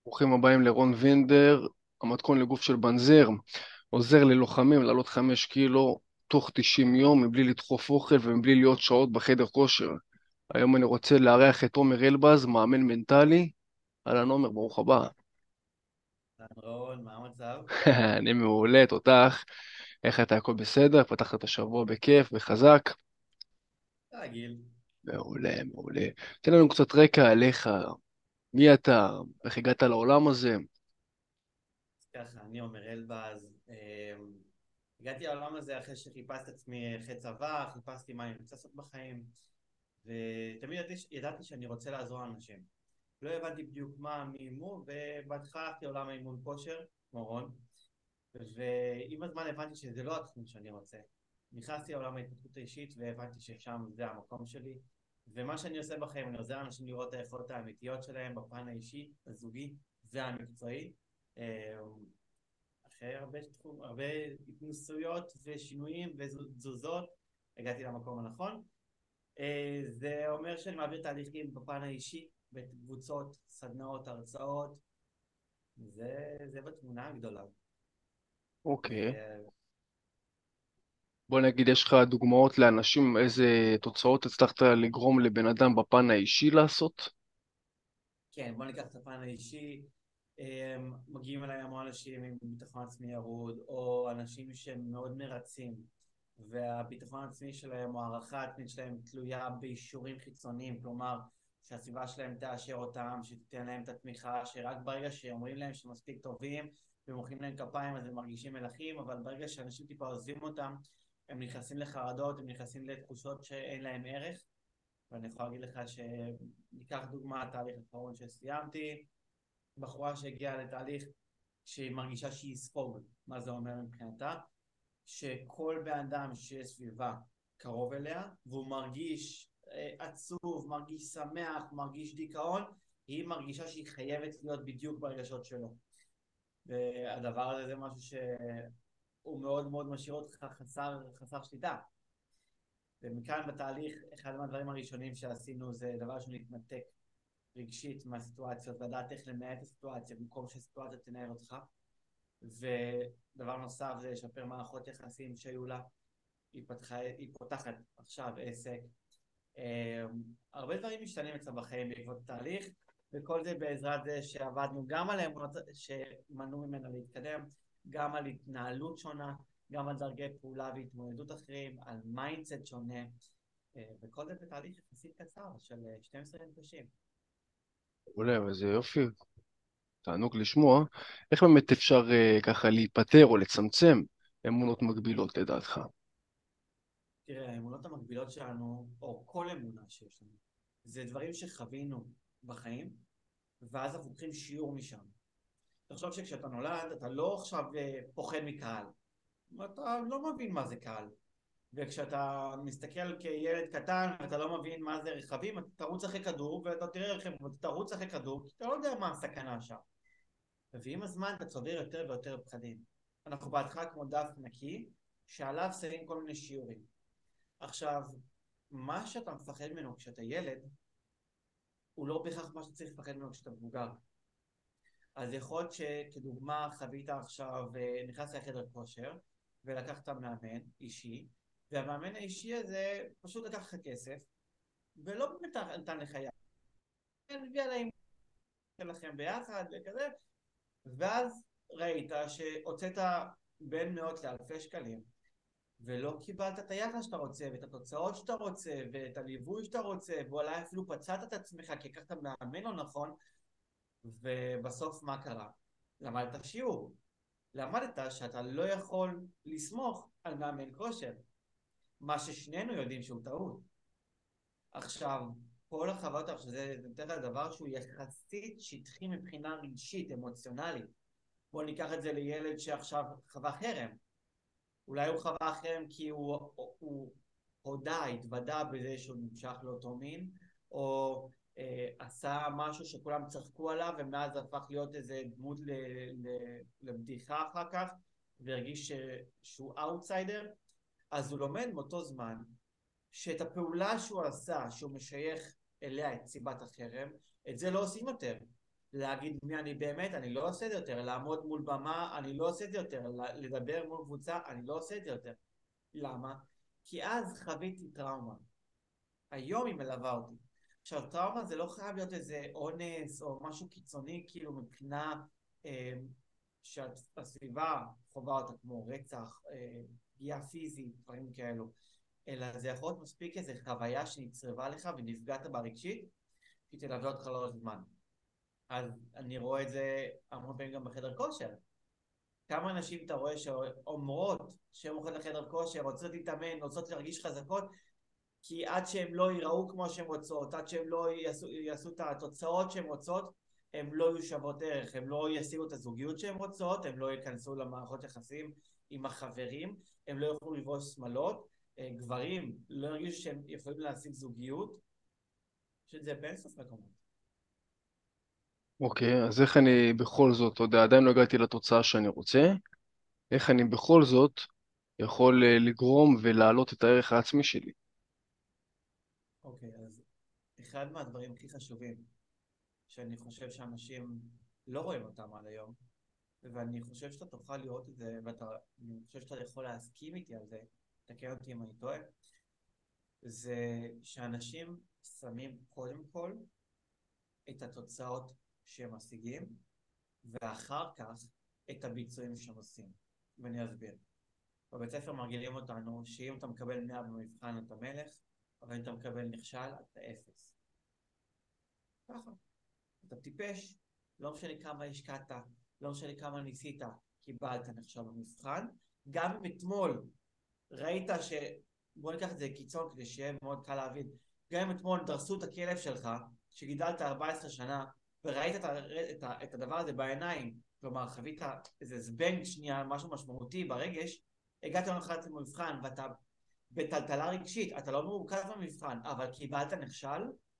ברוכים הבאים לרון וינדר, המתכון לגוף של בנזר, עוזר ללוחמים לעלות 5 קילו תוך 90 יום מבלי לדחוף אוכל ומבלי להיות שעות בחדר כושר. היום אני רוצה לארח את עומר אלבז, מאמן מנטלי. אהלן עומר, ברוך הבא. רון, מה המצב? אני מעולה, תותח. איך אתה, הכל בסדר? פתחת את השבוע בכיף, בחזק? רגיל. מעולה, מעולה. תן לנו קצת רקע עליך, מי אתה, איך הגעת לעולם הזה? אז ככה, אני עומר אלבז. הגעתי לעולם הזה אחרי שחיפשתי את עצמי אחרי צבא, חיפשתי מה אני רוצה לעשות בחיים, ותמיד ידעתי שאני רוצה לעזור לאנשים. לא הבנתי בדיוק מה, מי, מו, ובהתחלה הלכתי לעולם האימון כושר, כמו רון, ועם הזמן הבנתי שזה לא התחום שאני רוצה. נכנסתי לעולם ההתפתחות האישית והבנתי ששם זה המקום שלי, ומה שאני עושה בחיים, אני עוזר לאנשים לראות את היכולות האמיתיות שלהם בפן האישי, הזוגי והמקצועי. אחרי הרבה התנסויות ושינויים ותזוזות, הגעתי למקום הנכון. זה אומר שאני מעביר תהליכים בפן האישי, בקבוצות, סדנאות, הרצאות, זה בתמונה הגדולה. אוקיי. ו- בוא נגיד, יש לך דוגמאות לאנשים, איזה תוצאות הצלחת לגרום לבן אדם בפן האישי לעשות? כן, בוא ניקח את הפן האישי. מגיעים אליי המון אנשים עם ביטחון עצמי ירוד, או אנשים שהם מאוד מרצים, והביטחון העצמי שלהם או הערכה העצמית שלהם תלויה באישורים חיצוניים, כלומר שהסביבה שלהם תאשר אותם, שתיתן להם את התמיכה, שרק ברגע שאומרים להם שהם מספיק טובים ומוחאים להם כפיים אז הם מרגישים מלכים, אבל ברגע שאנשים טיפה עוזבים אותם, הם נכנסים לחרדות, הם נכנסים לתחושות שאין להם ערך. ואני יכול להגיד לך שניקח דוגמה, התהליך האחרון שסיימתי, בחורה שהגיעה לתהליך שהיא מרגישה שהיא ספוג. מה זה אומר מבחינתה? שכל בן אדם שיש סביבה קרוב אליה, והוא מרגיש עצוב, מרגיש שמח, מרגיש דיכאון, היא מרגישה שהיא חייבת להיות בדיוק ברגשות שלו. והדבר הזה זה משהו שהוא מאוד מאוד משאיר אותך חסר שליטה. ומכאן בתהליך, אחד מהדברים הראשונים שעשינו זה דבר שהוא להתנתק רגשית מהסיטואציות, לדעת איך לנהל את הסיטואציה במקום שהסיטואציה תנהל אותך. ודבר נוסף זה לשפר מערכות יחסים שהיו לה. היא פותחת עכשיו עסק. הרבה דברים משתנים אצלה בחיים בעקבות התהליך, וכל זה בעזרת זה שעבדנו גם על האמונות שמנעו ממנה להתקדם, גם על התנהלות שונה, גם על דרכי פעולה והתמודדות אחרים, על מיינדסט שונה, וכל זה בתהליך יחסית קצר של 12 מפגשים. מעולה, וזה יופי, תענוג לשמוע. איך באמת אפשר ככה להיפטר או לצמצם אמונות מגבילות לדעתך? תראה, האמונות המקבילות שלנו, או כל אמונה שיש לנו, זה דברים שחווינו בחיים, ואז אנחנו לוקחים שיעור משם. תחשוב שכשאתה נולד, אתה לא עכשיו פוחד מקהל. אתה לא מבין מה זה קהל. וכשאתה מסתכל כילד קטן, ואתה לא מבין מה זה רכבים, אתה תרוץ אחרי כדור, ואתה תראה רכב, ואתה תרוץ אחרי כדור, כי אתה לא יודע מה הסכנה שם. ועם הזמן אתה צובר יותר ויותר פחדים. אנחנו בהתחלה כמו דף נקי, שעליו שמים כל מיני שיעורים. עכשיו, מה שאתה מפחד ממנו כשאתה ילד, הוא לא בהכרח מה שצריך לפחד ממנו כשאתה מבוגר. אז יכול להיות שכדוגמה חווית עכשיו, נכנס לחדר כושר, ולקחת מאמן אישי, והמאמן האישי הזה פשוט לקח לך כסף, ולא באמת נתן לך יד. הביא על האימון שלכם ביחד וכזה, ואז ראית שהוצאת בין מאות לאלפי שקלים, ולא קיבלת את היחס שאתה רוצה, ואת התוצאות שאתה רוצה, ואת הליווי שאתה רוצה, ואולי אפילו פצעת את עצמך כי לקחת מאמן לא נכון, ובסוף מה קרה? למדת שיעור. למדת שאתה לא יכול לסמוך על מאמן כושר, מה ששנינו יודעים שהוא טעות. עכשיו, כל החוויות עכשיו, שזה נותן לך דבר שהוא יחסית שטחי מבחינה רגשית, אמוציונלית. בוא ניקח את זה לילד שעכשיו חווה חרם. אולי הוא חווה חרם כי הוא הודה, התוודה בזה שהוא נמשך לאותו מין, או עשה משהו שכולם צחקו עליו, ומאז זה הפך להיות איזה דמות לבדיחה אחר כך, והרגיש שהוא אאוטסיידר. אז הוא לומד מאותו זמן שאת הפעולה שהוא עשה, שהוא משייך אליה את סיבת החרם, את זה לא עושים יותר. להגיד מי אני באמת, אני לא עושה את זה יותר, לעמוד מול במה, אני לא עושה את זה יותר, לדבר מול קבוצה, אני לא עושה את זה יותר. למה? כי אז חוויתי טראומה. היום היא מלווה אותי. עכשיו, טראומה זה לא חייב להיות איזה אונס או משהו קיצוני, כאילו מבחינה אה, שהסביבה חווה אותה, כמו רצח, פגיעה פיזית, דברים כאלו. אלא זה יכול להיות מספיק איזו חוויה שנצרבה לך ונפגעת בה רגשית, היא תלווה אותך לאורך זמן. אז אני רואה את זה המון פעמים גם בחדר כושר. כמה אנשים אתה רואה שאומרות שהן הולכות לחדר כושר, רוצות להתאמן, רוצות להרגיש חזקות, כי עד שהן לא ייראו כמו שהן רוצות, עד שהן לא יעשו את התוצאות שהן רוצות, הן לא יהיו שוות ערך, הן לא ישיגו את הזוגיות שהן רוצות, הן לא ייכנסו למערכות יחסים עם החברים, הן לא יוכלו לברוש שמלות, גברים לא ירגישו שהם יכולים להשיג זוגיות, שזה באינסוף מקומות. אוקיי, אז איך אני בכל זאת, אתה יודע, עדיין לא הגעתי לתוצאה שאני רוצה, איך אני בכל זאת יכול לגרום ולהעלות את הערך העצמי שלי? אוקיי, אז אחד מהדברים הכי חשובים שאני חושב שאנשים לא רואים אותם עד היום, ואני חושב שאתה תוכל לראות את זה, ואני חושב שאתה יכול להסכים איתי על זה, תקן אותי אם אני טועה, זה שאנשים שמים קודם כל את התוצאות שהם משיגים, ואחר כך את הביצועים שהם עושים. ואני אסביר. בבית ספר מרגילים אותנו שאם אתה מקבל 100 במבחן אתה מלך, אבל אם אתה מקבל נכשל אתה אפס. ככה. אתה טיפש, לא משנה כמה השקעת, לא משנה כמה ניסית, קיבלת נכשל במבחן. גם אם אתמול ראית ש... בוא ניקח את זה קיצון כדי שיהיה מאוד קל להבין. גם אם אתמול דרסו את הכלב שלך, שגידלת 14 שנה, וראית את הדבר הזה בעיניים, כלומר חווית איזה זבנג שנייה, משהו משמעותי ברגש, הגעת יום אחד למבחן ואתה בטלטלה רגשית, אתה לא מורכז במבחן, אבל קיבלת נכשל,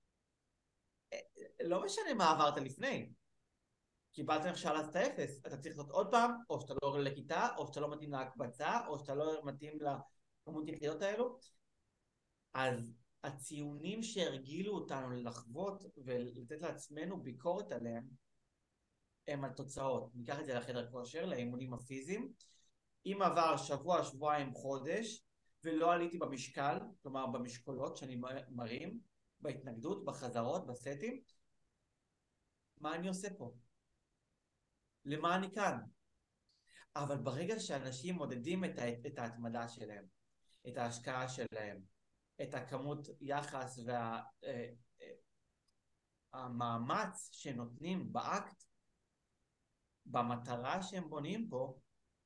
לא משנה מה עברת לפני. קיבלת נכשל אז אתה אפס, אתה צריך לעשות עוד פעם, או שאתה לא עולה לכיתה, או שאתה לא מתאים להקבצה, או שאתה לא מתאים לכמות יחידות האלו. אז הציונים שהרגילו אותנו לחוות ולתת לעצמנו ביקורת עליהם, הם על תוצאות. ניקח את זה לחדר כושר, לאימונים הפיזיים. אם עבר שבוע, שבועיים, חודש, ולא עליתי במשקל, כלומר במשקולות שאני מרים, בהתנגדות, בחזרות, בסטים, מה אני עושה פה? למה אני כאן? אבל ברגע שאנשים מודדים את ההתמדה שלהם, את ההשקעה שלהם, את הכמות יחס והמאמץ שנותנים באקט, במטרה שהם בונים פה,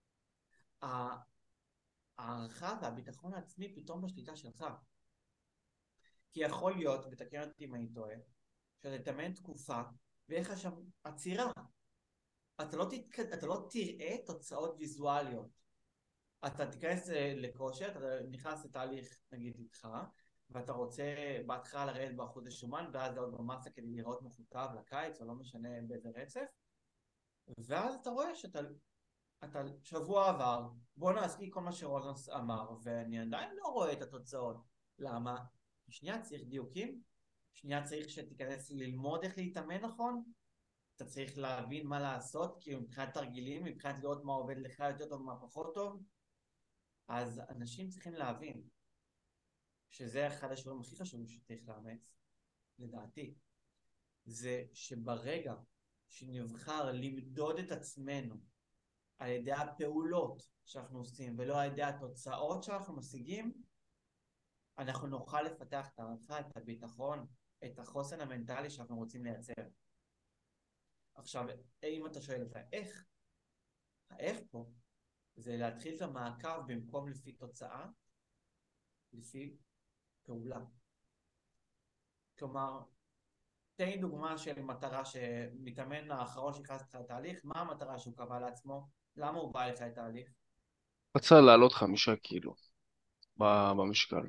הערכה והביטחון העצמי פתאום בשליטה שלך. כי יכול להיות, ותקן אותי אם אני טועה, שאתה תתאמן תקופה ויש לך שם עצירה. אתה לא תראה תוצאות ויזואליות. אתה תיכנס לכושר, אתה נכנס לתהליך נגיד איתך, ואתה רוצה בהתחלה לרדת באחוז השומן, ואז לעוד במסה כדי לראות מכותב לקיץ, או לא משנה באיזה רצף, ואז אתה רואה שאתה שבוע עבר, בוא נעסקי כל מה שרולנס אמר, ואני עדיין לא רואה את התוצאות. למה? שנייה צריך דיוקים, שנייה צריך שתיכנס ללמוד איך להתאמן נכון, אתה צריך להבין מה לעשות, כי מבחינת תרגילים, מבחינת לראות מה עובד לך יותר טוב ומה פחות טוב, אז אנשים צריכים להבין שזה אחד השיעורים הכי חשובים שצריך לאמץ, לדעתי, זה שברגע שנבחר למדוד את עצמנו על ידי הפעולות שאנחנו עושים ולא על ידי התוצאות שאנחנו משיגים, אנחנו נוכל לפתח את הערכה, את הביטחון, את החוסן המנטלי שאנחנו רוצים לייצר. עכשיו, אם אתה שואל את איך? האיך פה זה להתחיל את המעקב במקום לפי תוצאה, לפי פעולה. כלומר, תן לי דוגמה של מטרה שמתאמן האחרון שנכנס לך לתהליך, מה המטרה שהוא קבע לעצמו? למה הוא בא לך לתהליך? רצה לעלות 5 קילו במשקל.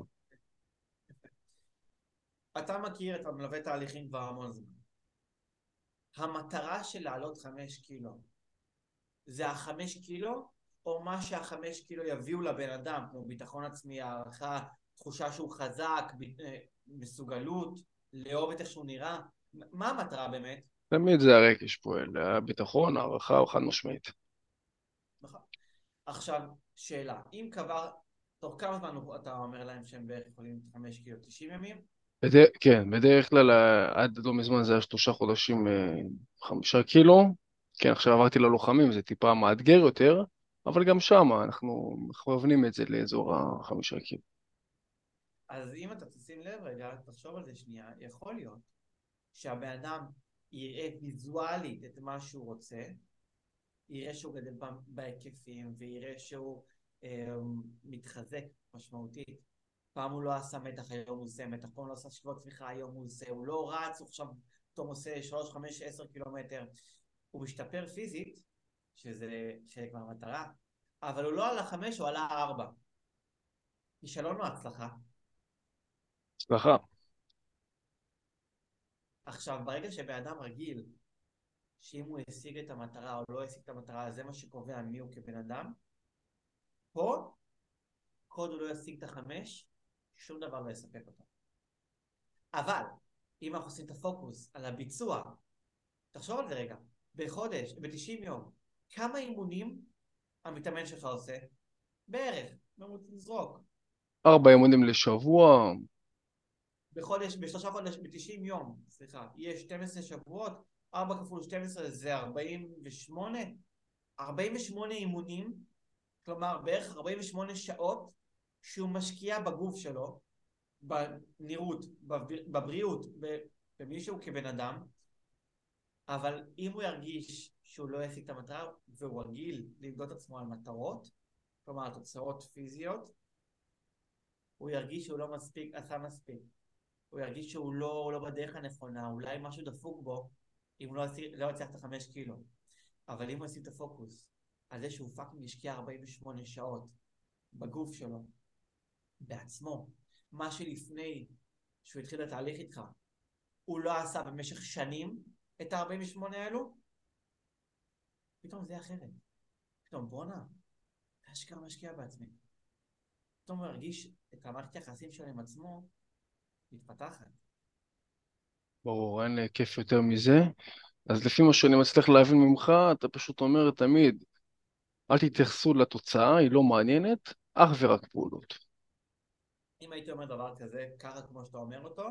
אתה מכיר, אתה מלווה תהליכים כבר המון זמן. המטרה של לעלות 5 קילו, זה ה5 קילו, או מה שה5 קילו יביאו לבן אדם, כמו ביטחון עצמי, הערכה, תחושה שהוא חזק, מסוגלות, לאהוב את איך שהוא נראה? מה המטרה באמת? תמיד זה הרגש פועל, הביטחון, הערכה הוא חד משמעית. נכון. עכשיו, שאלה, אם כבר, תוך כמה זמן אתה אומר להם שהם בערך יכולים להתחמש כאילו 90 ימים? כן, בדרך כלל עד לא מזמן זה היה 3 חודשים, 5 קילו. כן, עכשיו עברתי ללוחמים, זה טיפה מאתגר יותר, אבל גם שם אנחנו מכוונים את זה לאזור ה5 קילו. אז אם אתה תשים לב רגע, תחשוב על זה שנייה, יכול להיות שהבן אדם יראה ויזואלית את מה שהוא רוצה, יראה שהוא גדל בהיקפים, ויראה שהוא מתחזק משמעותית. פעם הוא לא עשה מתח, היום הוא עושה מתח, פעם הוא לא עשה שכבות צמיחה, היום הוא עושה, הוא לא רץ, הוא עכשיו פתאום עושה 3, 5, 10 קילומטר. הוא משתפר פיזית, שזה חלק מהמטרה, אבל הוא לא על ה5, הוא על ה4. כישלון או הצלחה. הצלחה. עכשיו, ברגע שבן אדם רגיל, שאם הוא השיג את המטרה או לא השיג את המטרה, זה מה שקובע מי הוא כבן אדם, פה, כל עוד הוא לא ישיג את ה5, שום דבר לא יספק אותו. אבל, אם אנחנו עושים את הפוקוס על הביצוע, תחשוב על זה רגע, בחודש, ב-90 יום, כמה אימונים המתאמן שלך עושה? בערך, נזרוק. 4 אימונים לשבוע. בחודש, בשלושה חודש, ב-90 יום, סליחה, יהיה 12 שבועות, 4 כפול 12 זה 48, 48 אימונים, כלומר בערך 48 שעות שהוא משקיע בגוף שלו, בנראות, בבריאות, במישהו כבן אדם, אבל אם הוא ירגיש שהוא לא ישיג את המטרה, והוא רגיל למדוד עצמו על מטרות, כלומר תוצאות פיזיות, הוא ירגיש שהוא לא מספיק, עשה מספיק. הוא ירגיש שהוא לא בדרך הנכונה, אולי משהו דפוק בו, אם הוא לא יצליח את ה5 קילו. אבל אם הוא ישים את הפוקוס על זה שהוא פאקינג ישקיע 48 שעות בגוף שלו, בעצמו, מה שלפני שהוא התחיל את התהליך איתך, הוא לא עשה במשך שנים את ה48 האלו, פתאום זה אחרת. פתאום בונה, אשכרה משקיע בעצמי. פתאום הוא ירגיש את המערכת יחסים שלו עם עצמו מתפתחת. ברור, אין כיף יותר מזה. אז לפי מה שאני מצליח להבין ממך, אתה פשוט אומר תמיד, אל תתייחסו לתוצאה, היא לא מעניינת, אך ורק פעולות. אם הייתי אומר דבר כזה, ככה כמו שאתה אומר אותו,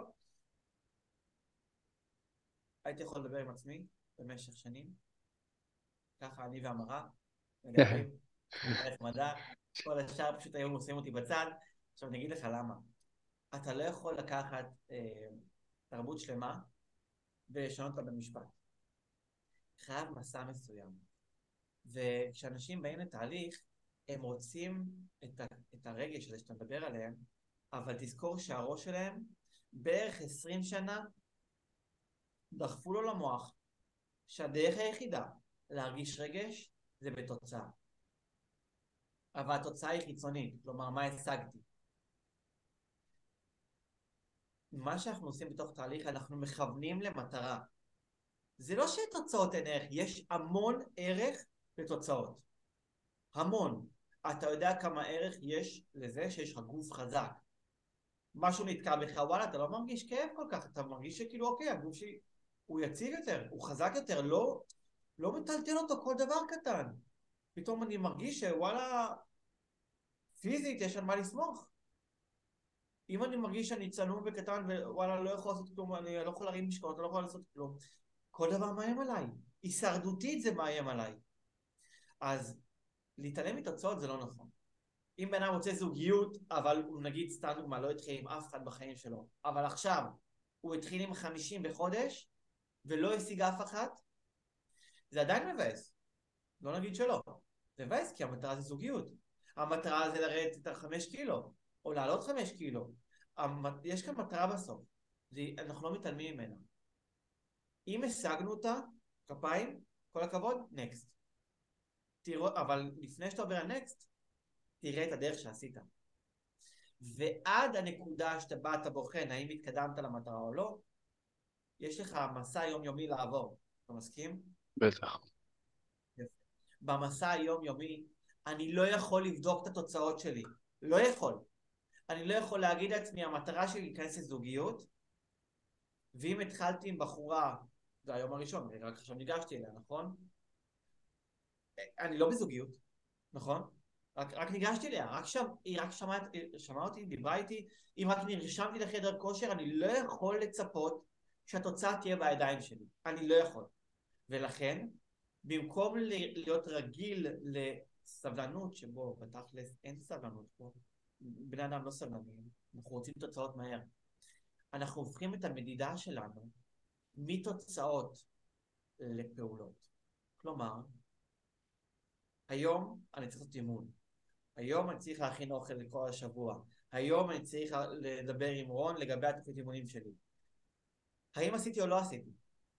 הייתי יכול לדבר עם עצמי במשך שנים, ככה אני והמראה, מדברים, ערך מדע, כל השאר פשוט היו עושים אותי בצד. עכשיו אני אגיד לך למה. אתה לא יכול לקחת תרבות שלמה ולשנות אותה במשפט. חייב מסע מסוים. וכשאנשים באים לתהליך, הם רוצים את הרגש הזה שאתה מדבר עליהם, אבל תזכור שהראש שלהם בערך 20 שנה דחפו לו למוח שהדרך היחידה להרגיש רגש זה בתוצאה. אבל התוצאה היא חיצונית, כלומר מה השגתי. מה שאנחנו עושים בתוך תהליך, אנחנו מכוונים למטרה. זה לא שתוצאות אין ערך, יש המון ערך לתוצאות. המון. אתה יודע כמה ערך יש לזה שיש לך גוף חזק. משהו נתקע בך, וואלה, אתה לא מרגיש כאב כל כך, אתה מרגיש שכאילו, אוקיי, הגוף שלי הוא יציב יותר, הוא חזק יותר, לא מטלטל אותו כל דבר קטן. פתאום אני מרגיש שוואלה, פיזית יש על מה לסמוך. אם אני מרגיש שאני צנום וקטן ווואלה לא יכול לעשות כלום, אני לא יכול להרים משקעות, אני לא יכול לעשות כלום, כל דבר מאיים עליי. הישרדותית זה מאיים עליי. אז להתעלם מתוצאות זה לא נכון. אם בן אדם רוצה זוגיות, אבל הוא נגיד סתם דוגמה, לא התחיל עם אף אחד בחיים שלו, אבל עכשיו הוא התחיל עם 50 בחודש ולא השיג אף אחת, זה עדיין מבאס. לא נגיד שלא. זה מבאס כי המטרה זה זוגיות. המטרה זה לרדת את 5 קילו, או לעלות 5 קילו. יש כאן מטרה בסוף. אנחנו לא מתעלמים ממנה. אם השגנו אותה, כפיים, כל הכבוד, נקסט. אבל לפני שאתה עובר על נקסט, תראה את הדרך שעשית. ועד הנקודה שאתה בא, אתה בוחן, האם התקדמת למטרה או לא, יש לך מסע יומיומי לעבור. אתה מסכים? בטח. במסע היומיומי, אני לא יכול לבדוק את התוצאות שלי. לא יכול. אני לא יכול להגיד לעצמי, המטרה שלי להיכנס לזוגיות, ואם התחלתי עם בחורה זה היום הראשון, רק עכשיו ניגשתי אליה, נכון? אני לא בזוגיות, נכון? רק ניגשתי אליה, רק שם, היא רק שמעה אותי, דיברה איתי, אם רק נרשמתי לחדר כושר, אני לא יכול לצפות שהתוצאה תהיה בידיים שלי. אני לא יכול. ולכן, במקום להיות רגיל לסבלנות, שבו בתכלס אין סבלנות פה, בני אדם לא סבלנים, אנחנו רוצים תוצאות מהר. אנחנו הופכים את המדידה שלנו מתוצאות לפעולות. כלומר, היום אני צריך לעשות אימון. היום אני צריך להכין אוכל לכל השבוע. היום אני צריך לדבר עם רון לגבי התוכנית אימונים שלי. האם עשיתי או לא עשיתי?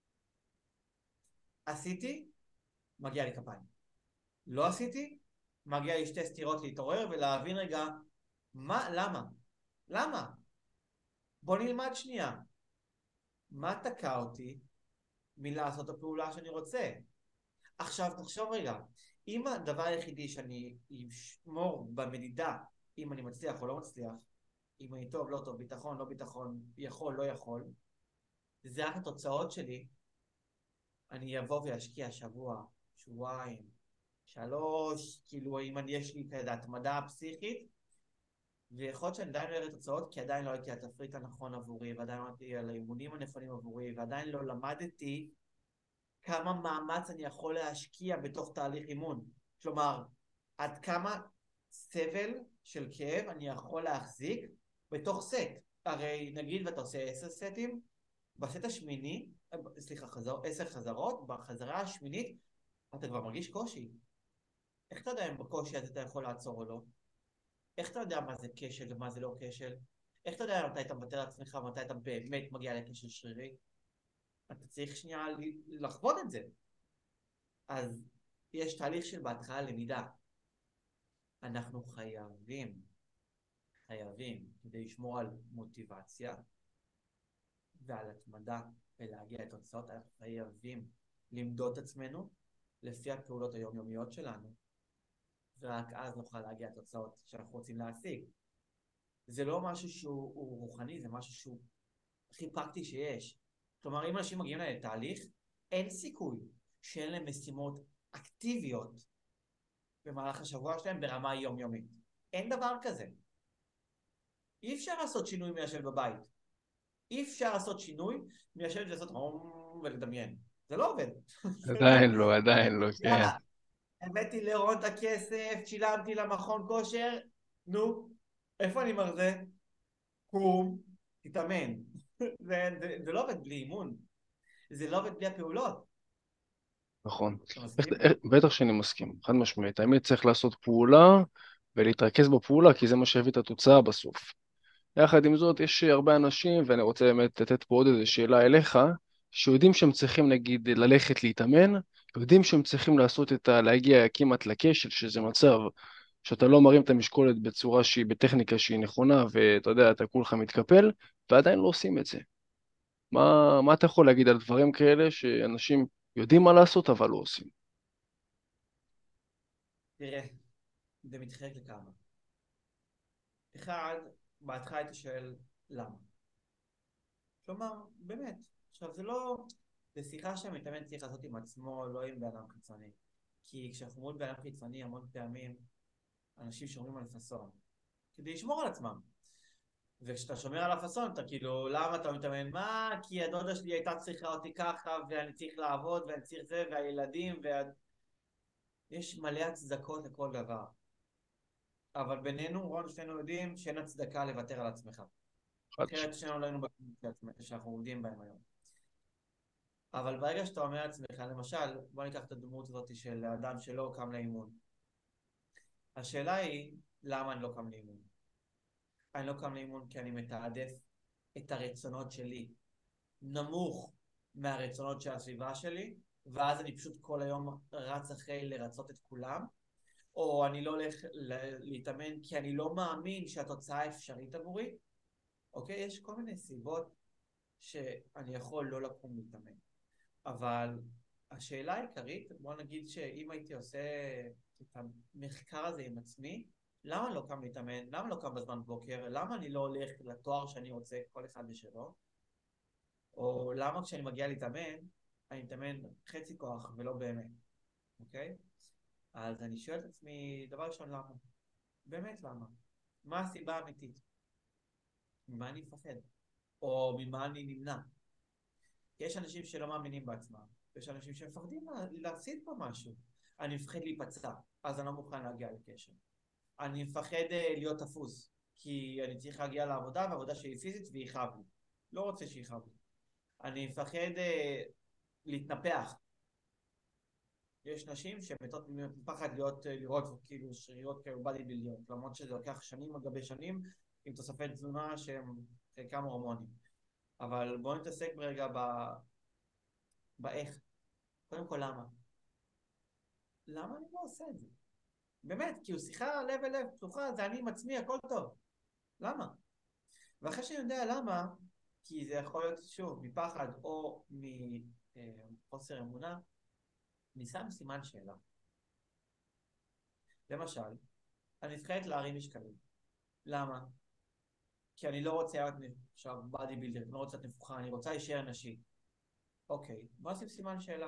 עשיתי, מגיע לי כפיים. לא עשיתי, מגיע לי שתי סתירות להתעורר ולהבין רגע, למה? למה? בוא נלמד שנייה. מה תקע אותי מלעשות את הפעולה שאני רוצה? עכשיו תחשוב רגע, אם הדבר היחידי שאני אשמור במדידה, אם אני מצליח או לא מצליח, אם אני טוב, לא טוב, ביטחון, לא ביטחון, יכול, לא יכול, זה רק התוצאות שלי, אני אבוא וישקיע שבוע, שבועיים, 3, כאילו אם יש לי כזה התמדה פסיכית, ויכול להיות שאני עדיין לא אראה תוצאות, כי עדיין לא הייתי התפריט הנכון עבורי, ועדיין לא הייתי על האימונים הנכונים עבורי, ועדיין לא למדתי כמה מאמץ אני יכול להשקיע בתוך תהליך אימון. כלומר, עד כמה סבל של כאב אני יכול להחזיק בתוך סט. הרי נגיד ואתה עושה 10 סטים, בסט השמיני, סליחה, 10 חזרות, בחזרה השמינית אתה כבר מרגיש קושי. איך אתה יודע אם בקושי הזה אתה יכול לעצור או לא? איך אתה יודע מה זה כשל ומה זה לא כשל? איך אתה יודע מתי אתה מוותר לעצמך ומתי אתה באמת מגיע לכשל שרירי? אתה צריך שנייה לחוות את זה. אז יש תהליך של בהתחלה למידה. אנחנו חייבים, כדי לשמור על מוטיבציה ועל התמדה ולהגיע לתוצאות, אנחנו חייבים למדוד את עצמנו לפי הפעולות היומיומיות שלנו, ורק אז נוכל להגיע לתוצאות שאנחנו רוצים להשיג. זה לא משהו שהוא רוחני, זה משהו שהוא הכי פרקטי שיש. כלומר, אם אנשים מגיעים לתהליך, אין סיכוי שאין להם משימות אקטיביות במהלך השבוע שלהם ברמה יומיומית. אין דבר כזה. אי אפשר לעשות שינוי מלשבת בבית. אי אפשר לעשות שינוי מלשבת ולעשות ולדמיין. זה לא עובד. זה לא... עדיין לא, כן. יאללה, הבאתי לרון את הכסף, שילמתי למכון כושר, נו, איפה אני מרזה? קום, תתאמן. זה לא עובד בלי אימון. זה לא עובד בלי הפעולות. נכון. אתה מסכים? בטח שאני מסכים, חד משמעית. תמיד צריך לעשות פעולה ולהתרכז בפעולה, כי זה מה שהביא את התוצאה בסוף. יחד עם זאת, יש הרבה אנשים, ואני רוצה באמת לתת פה עוד איזו שאלה אליך, שיודעים שהם צריכים נגיד ללכת להתאמן, יודעים שהם צריכים להגיע כמעט לקשל, שזה מצב שאתה לא מרים את המשקולת בצורה שהיא, בטכניקה שהיא נכונה, ואתה יודע, אתה כולך מתקפל, ועדיין לא עושים את זה. מה אתה יכול להגיד על דברים כאלה שאנשים יודעים מה לעשות, אבל לא עושים? תראה, זה מתחלק לכמה. אחד, בהתחלה הייתי שואל למה. כלומר, באמת. עכשיו, זה לא... זה שיחה שהמתאמן צריך לעשות עם עצמו, לא עם בן אדם חיצוני. כי כשאנחנו אומרים בן אדם חיצוני, המון פעמים אנשים שומרים על פאסון. כדי לשמור על עצמם. וכשאתה שומר על הפאסון, אתה כאילו, למה אתה מתאמן? מה? כי הדודה שלי הייתה צריכה אותי ככה, ואני צריך לעבוד, ואני צריך זה, והילדים, יש מלא הצדקות לכל דבר. אבל בינינו, רון, שנינו יודעים שאין הצדקה לוותר על עצמך. חד אחרת שנינו לא היינו בקטעים שאנחנו עובדים בהם היום. אבל ברגע שאתה אומר לעצמך, למשל, בוא ניקח את הדמות הזאת של האדם שלא קם לאימון. השאלה היא, למה אני לא קם לאימון? אני לא קם לאימון כי אני מתעדף את הרצונות שלי נמוך מהרצונות של הסביבה שלי, ואז אני פשוט כל היום רץ אחרי לרצות את כולם, או אני לא הולך להתאמן כי אני לא מאמין שהתוצאה אפשרית עבורי. אוקיי? יש כל מיני סיבות שאני יכול לא לקום להתאמן. אבל השאלה העיקרית, בוא נגיד שאם הייתי עושה את המחקר הזה עם עצמי, למה אני לא קם להתאמן? למה אני לא קם בזמן בוקר? למה אני לא הולך לתואר שאני רוצה, כל אחד בשלו? או למה כשאני מגיע להתאמן, אני מתאמן חצי כוח ולא באמת, אוקיי? אז אני שואל את עצמי, דבר ראשון, למה? באמת למה? מה הסיבה האמיתית? ממה אני מפחד? או ממה אני נמנע? כי יש אנשים שלא מאמינים בעצמם, ויש אנשים שמפחדים להפסיד פה משהו. אני מפחד להיפצע, אז אני לא מוכן להגיע לקשר. אני מפחד להיות תפוס, כי אני צריך להגיע לעבודה, והעבודה שלי פיזית ויכאב לי. לא רוצה שיכאב לי. אני מפחד להתנפח. יש נשים שמתות מפחד לראות כאילו שריריות כאלו בדי בילדיות, למרות שזה לוקח שנים על גבי שנים, עם תוספי תזונה שהם חלקם הורמונים. אבל בואו נתעסק ברגע באיך. קודם כל למה? למה אני לא עושה את זה? באמת, כי הוא שיחה לב אל לב, פתוחה, זה אני עם עצמי, הכל טוב. למה? ואחרי שאני יודע למה, כי זה יכול להיות שוב מפחד או מחוסר אמונה, אני שם סימן שאלה. למשל, אני מפחדת להרים משקלים. למה? כי אני לא רוצה להיות עכשיו בדי בילדר, אני לא רוצה להיות נפוחה, אני רוצה להישאר נשי. אוקיי, בוא נשים סימן שאלה.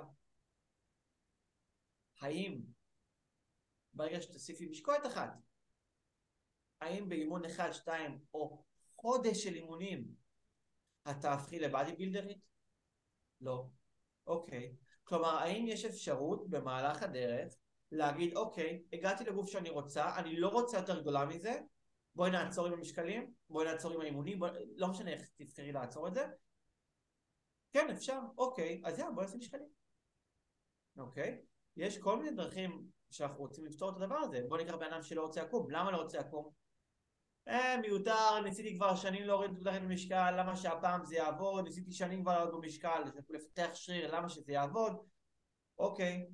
האם ברגע שתוסיפי משקולת אחת, האם באימון אחד, שתיים, או חודש של אימונים, את תהפכי לבדי בילדרית? לא. אוקיי. כלומר, האם יש אפשרות במהלך הדרך להגיד, אוקיי, הגעתי לגוף שאני רוצה, אני לא רוצה יותר גדולה מזה, בואי נעצור עם המשקלים, בואי נעצור עם האימונים, לא משנה איך תבחרי לעצור את זה. כן, אפשר, אוקיי, אז יאללה, בואי נשים משקלים. אוקיי? יש כל מיני דרכים שאנחנו רוצים לפתור את הדבר הזה. בואי ניקח בן אדם שלא רוצה לקום. למה לא רוצה לקום? מיותר, ניסיתי כבר שנים להוריד במשקל, למה שהפעם זה יעבוד? ניסיתי שנים כבר להוריד במשקל, לפתח שריר, למה שזה יעבוד? אוקיי.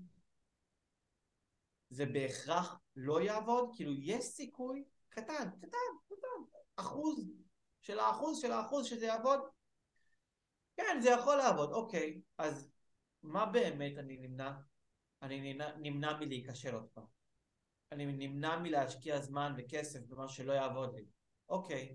זה בהכרח לא יעבוד? כאילו יש סיכוי קטן, קטן, קטן, אחוז של האחוז שזה יעבוד? כן, זה יכול לעבוד, אוקיי. אז מה באמת אני נמנע? אני נמנע מלהיכשל עוד פעם. אני נמנע מלהשקיע זמן וכסף במה שלא יעבוד לי. אוקיי,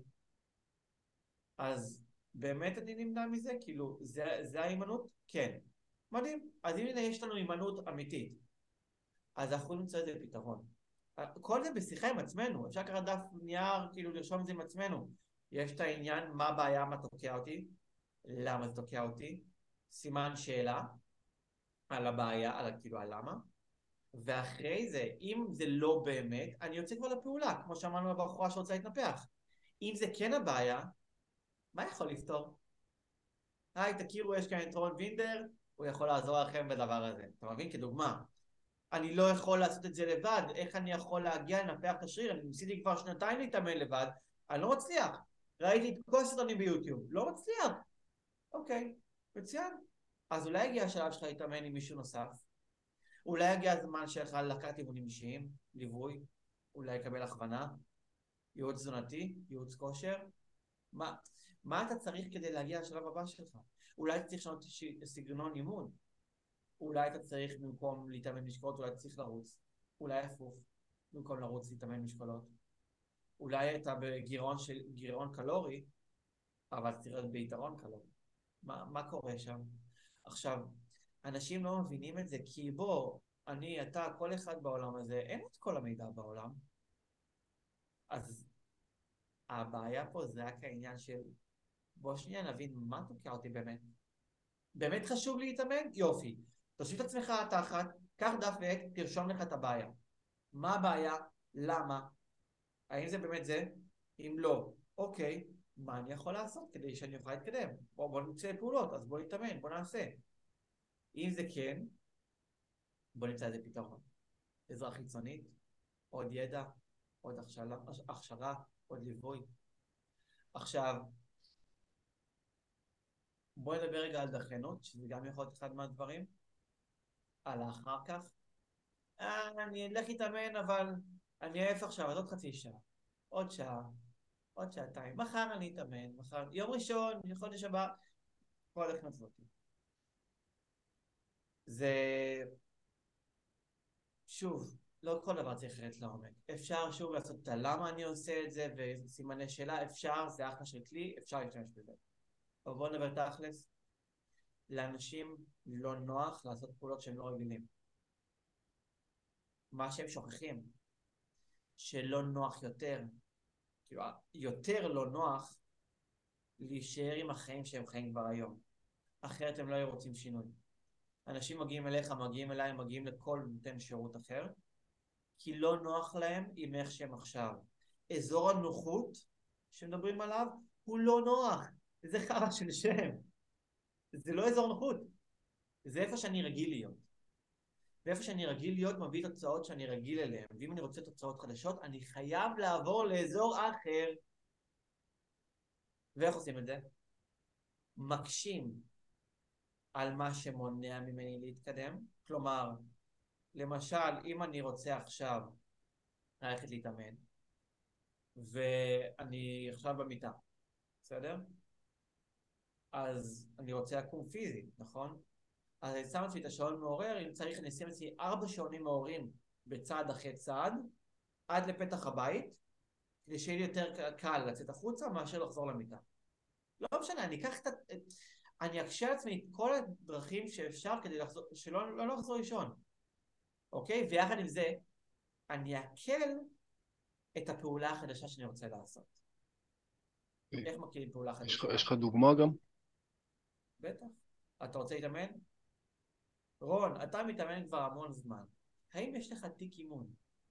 אז באמת אני נמנע מזה? כאילו, זה ההימנעות? כן. מדהים. אז הנה יש לנו הימנעות אמיתית. אז אנחנו נמצא את זה פתרון. כל זה בשיחה עם עצמנו. אפשר לקחת דף נייר, כאילו לרשום את זה עם עצמנו. יש את העניין מה הבעיה, מה תוקע אותי, למה זה תוקע אותי, סימן שאלה על הבעיה, על כאילו הלמה. ואחרי זה, אם זה לא באמת, אני יוצא כבר לפעולה, כמו שאמרנו לבחורה שרוצה להתנפח. אם זה כן הבעיה, מה יכול לפתור? היי, תכירו, יש כאן את רון וינדר, הוא יכול לעזור לכם בדבר הזה. אתה מבין? כדוגמה. אני לא יכול לעשות את זה לבד, איך אני יכול להגיע לנפח את השריר? אני ניסיתי כבר שנתיים להתאמן לבד, אני לא מצליח. ראיתי את כל הסרטונים ביוטיוב, לא מצליח. אוקיי, מצוין. אז אולי הגיע השלב שלך להתאמן עם מישהו נוסף, אולי הגיע הזמן שלך לקחת אימונים אישיים, ליווי, אולי לקבל הכוונה, ייעוץ תזונתי, ייעוץ כושר. מה אתה צריך כדי להגיע לשלב הבא שלך? אולי אתה צריך לשנות סגנון אימון. אולי אתה צריך במקום להתאמן משקולות, אולי אתה צריך לרוץ. אולי הפוך, במקום לרוץ להתאמן משקולות. אולי אתה בגירעון קלורי, אבל צריך להיות ביתרון קלורי. מה קורה שם? עכשיו, אנשים לא מבינים את זה, כי בוא, אני, אתה, כל אחד בעולם הזה, אין את כל המידע בעולם. אז הבעיה פה זה רק העניין של, בוא שנייה נבין מה תוקע אותי באמת. באמת חשוב לי להתאמן? יופי. תושיב את עצמך תחת, קח דף ועט, תרשום לך את הבעיה. מה הבעיה? למה? האם זה באמת זה? אם לא, אוקיי, מה אני יכול לעשות כדי שאני אוכל להתקדם? בוא נמצא פעולות, אז בוא נתאמן, בוא נעשה. אם זה כן, בוא נמצא איזה פתרון. עזרה חיצונית, עוד ידע, עוד הכשרה, עוד ליווי. עכשיו, בוא נדבר רגע על דחיינות, שזה גם יכול להיות אחד מהדברים. על האחר כך. אני אלך להתאמן, אבל אני עייף עכשיו, אז עוד חצי שעה. עוד שעה, עוד שעתיים. מחר אני אתאמן, מחר, יום ראשון, חודש הבא, פה הולך לנצל אותי. זה, שוב, לא כל דבר צריך לרדת לעומק. אפשר שוב לעשות את הלמה אני עושה את זה, וסימני שאלה, אפשר, זה אחלה של כלי, אפשר להשתמש בזה. אבל בואו נדבר תכלס. לאנשים לא נוח לעשות פעולות שהם לא רגילים. מה שהם שוכחים, שלא נוח יותר, כאילו, יותר לא נוח להישאר עם החיים שהם חיים כבר היום. אחרת הם לא היו רוצים שינוי. אנשים מגיעים אליך, מגיעים אליי, מגיעים לכל נותן שירות אחר, כי לא נוח להם עם איך שהם עכשיו. אזור הנוחות שמדברים עליו הוא לא נוח. זה חרא של שם. זה לא אזור נוחות. זה איפה שאני רגיל להיות. ואיפה שאני רגיל להיות מביא תוצאות שאני רגיל אליהן. ואם אני רוצה תוצאות חדשות, אני חייב לעבור לאזור אחר. ואיך עושים את זה? מקשים על מה שמונע ממני להתקדם. כלומר, למשל, אם אני רוצה עכשיו ללכת להתאמן, ואני עכשיו במיטה, בסדר? אז אני רוצה לקום פיזית, נכון? אז אני שם לעצמי את השעון מעורר, אם צריך אני אשים לעצמי 4 שעונים מעוררים בצעד אחרי צעד, עד לפתח הבית, כדי שיהיה לי יותר קל לצאת החוצה מאשר לחזור למיטה. לא משנה, אני אקח אני אקשה לעצמי את כל הדרכים שאפשר כדי שלא לחזור לישון, אוקיי? ויחד עם זה, אני אקל את הפעולה החדשה שאני רוצה לעשות. איך מקלים פעולה יש חדשה? לך דוגמה גם? בטח. אתה רוצה להתאמן? רון, אתה מתאמן כבר המון זמן. האם יש לך תיק אימון?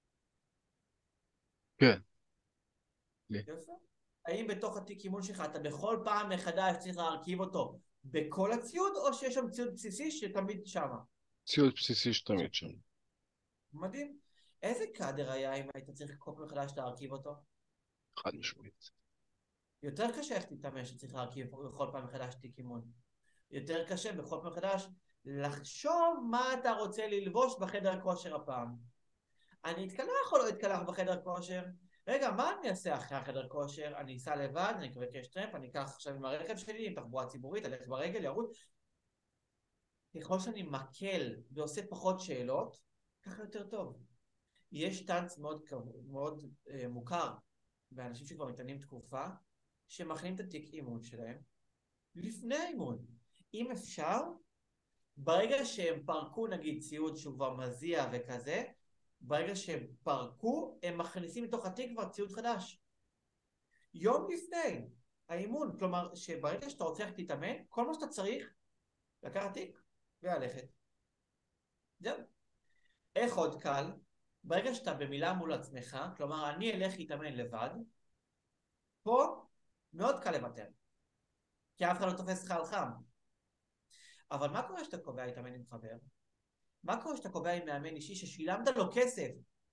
כן. לי. יפה. האם בתוך התיק אימון שלך אתה בכל פעם מחדש צריך להרכיב אותו בכל הציוד, או שיש שם ציוד בסיסי שתמיד שמה? ציוד בסיסי שתמיד שם. מדהים. איזה קאדר היה אם היית צריך כל פעם מחדש להרכיב אותו? חד משמעית. יותר קשה איך תתאמן שצריך להרכיב בכל פעם מחדש תיק אימון. יותר קשה בכל פעם מחדש לחשוב מה אתה רוצה ללבוש בחדר הכושר הפעם. אני אתקלח או לא אתקלח בחדר כושר? רגע, מה אני אעשה אחרי החדר כושר? אני אסע לבד, אני אבקש טרמפ, אני אקח עכשיו עם הרכב שלי, עם תחבורה ציבורית, אלך ברגל, ירוץ. ככל שאני מקל ועושה פחות שאלות, ככה יותר טוב. יש טאנץ מאוד מוכר באנשים שכבר מתאמנים תקופה, שמכינים את התיק אימון שלהם לפני האימון. אם אפשר, ברגע שהם פרקו נגיד ציוד שהוא כבר מזיע וכזה, ברגע שהם פרקו, הם מכניסים לתוך התיק כבר ציוד חדש. יום לפני האימון, כלומר שברגע שאתה רוצה ללכת להתאמן, כל מה שאתה צריך, לקחת תיק וללכת. זהו. איך עוד קל? ברגע שאתה במילה מול עצמך, כלומר אני אלך להתאמן לבד, פה מאוד קל לוותר, כי אף אחד לא תופס לך על חם. אבל מה קורה שאתה קובע להתאמן עם חבר? מה קורה שאתה קובע עם מאמן אישי ששילמת לו כסף?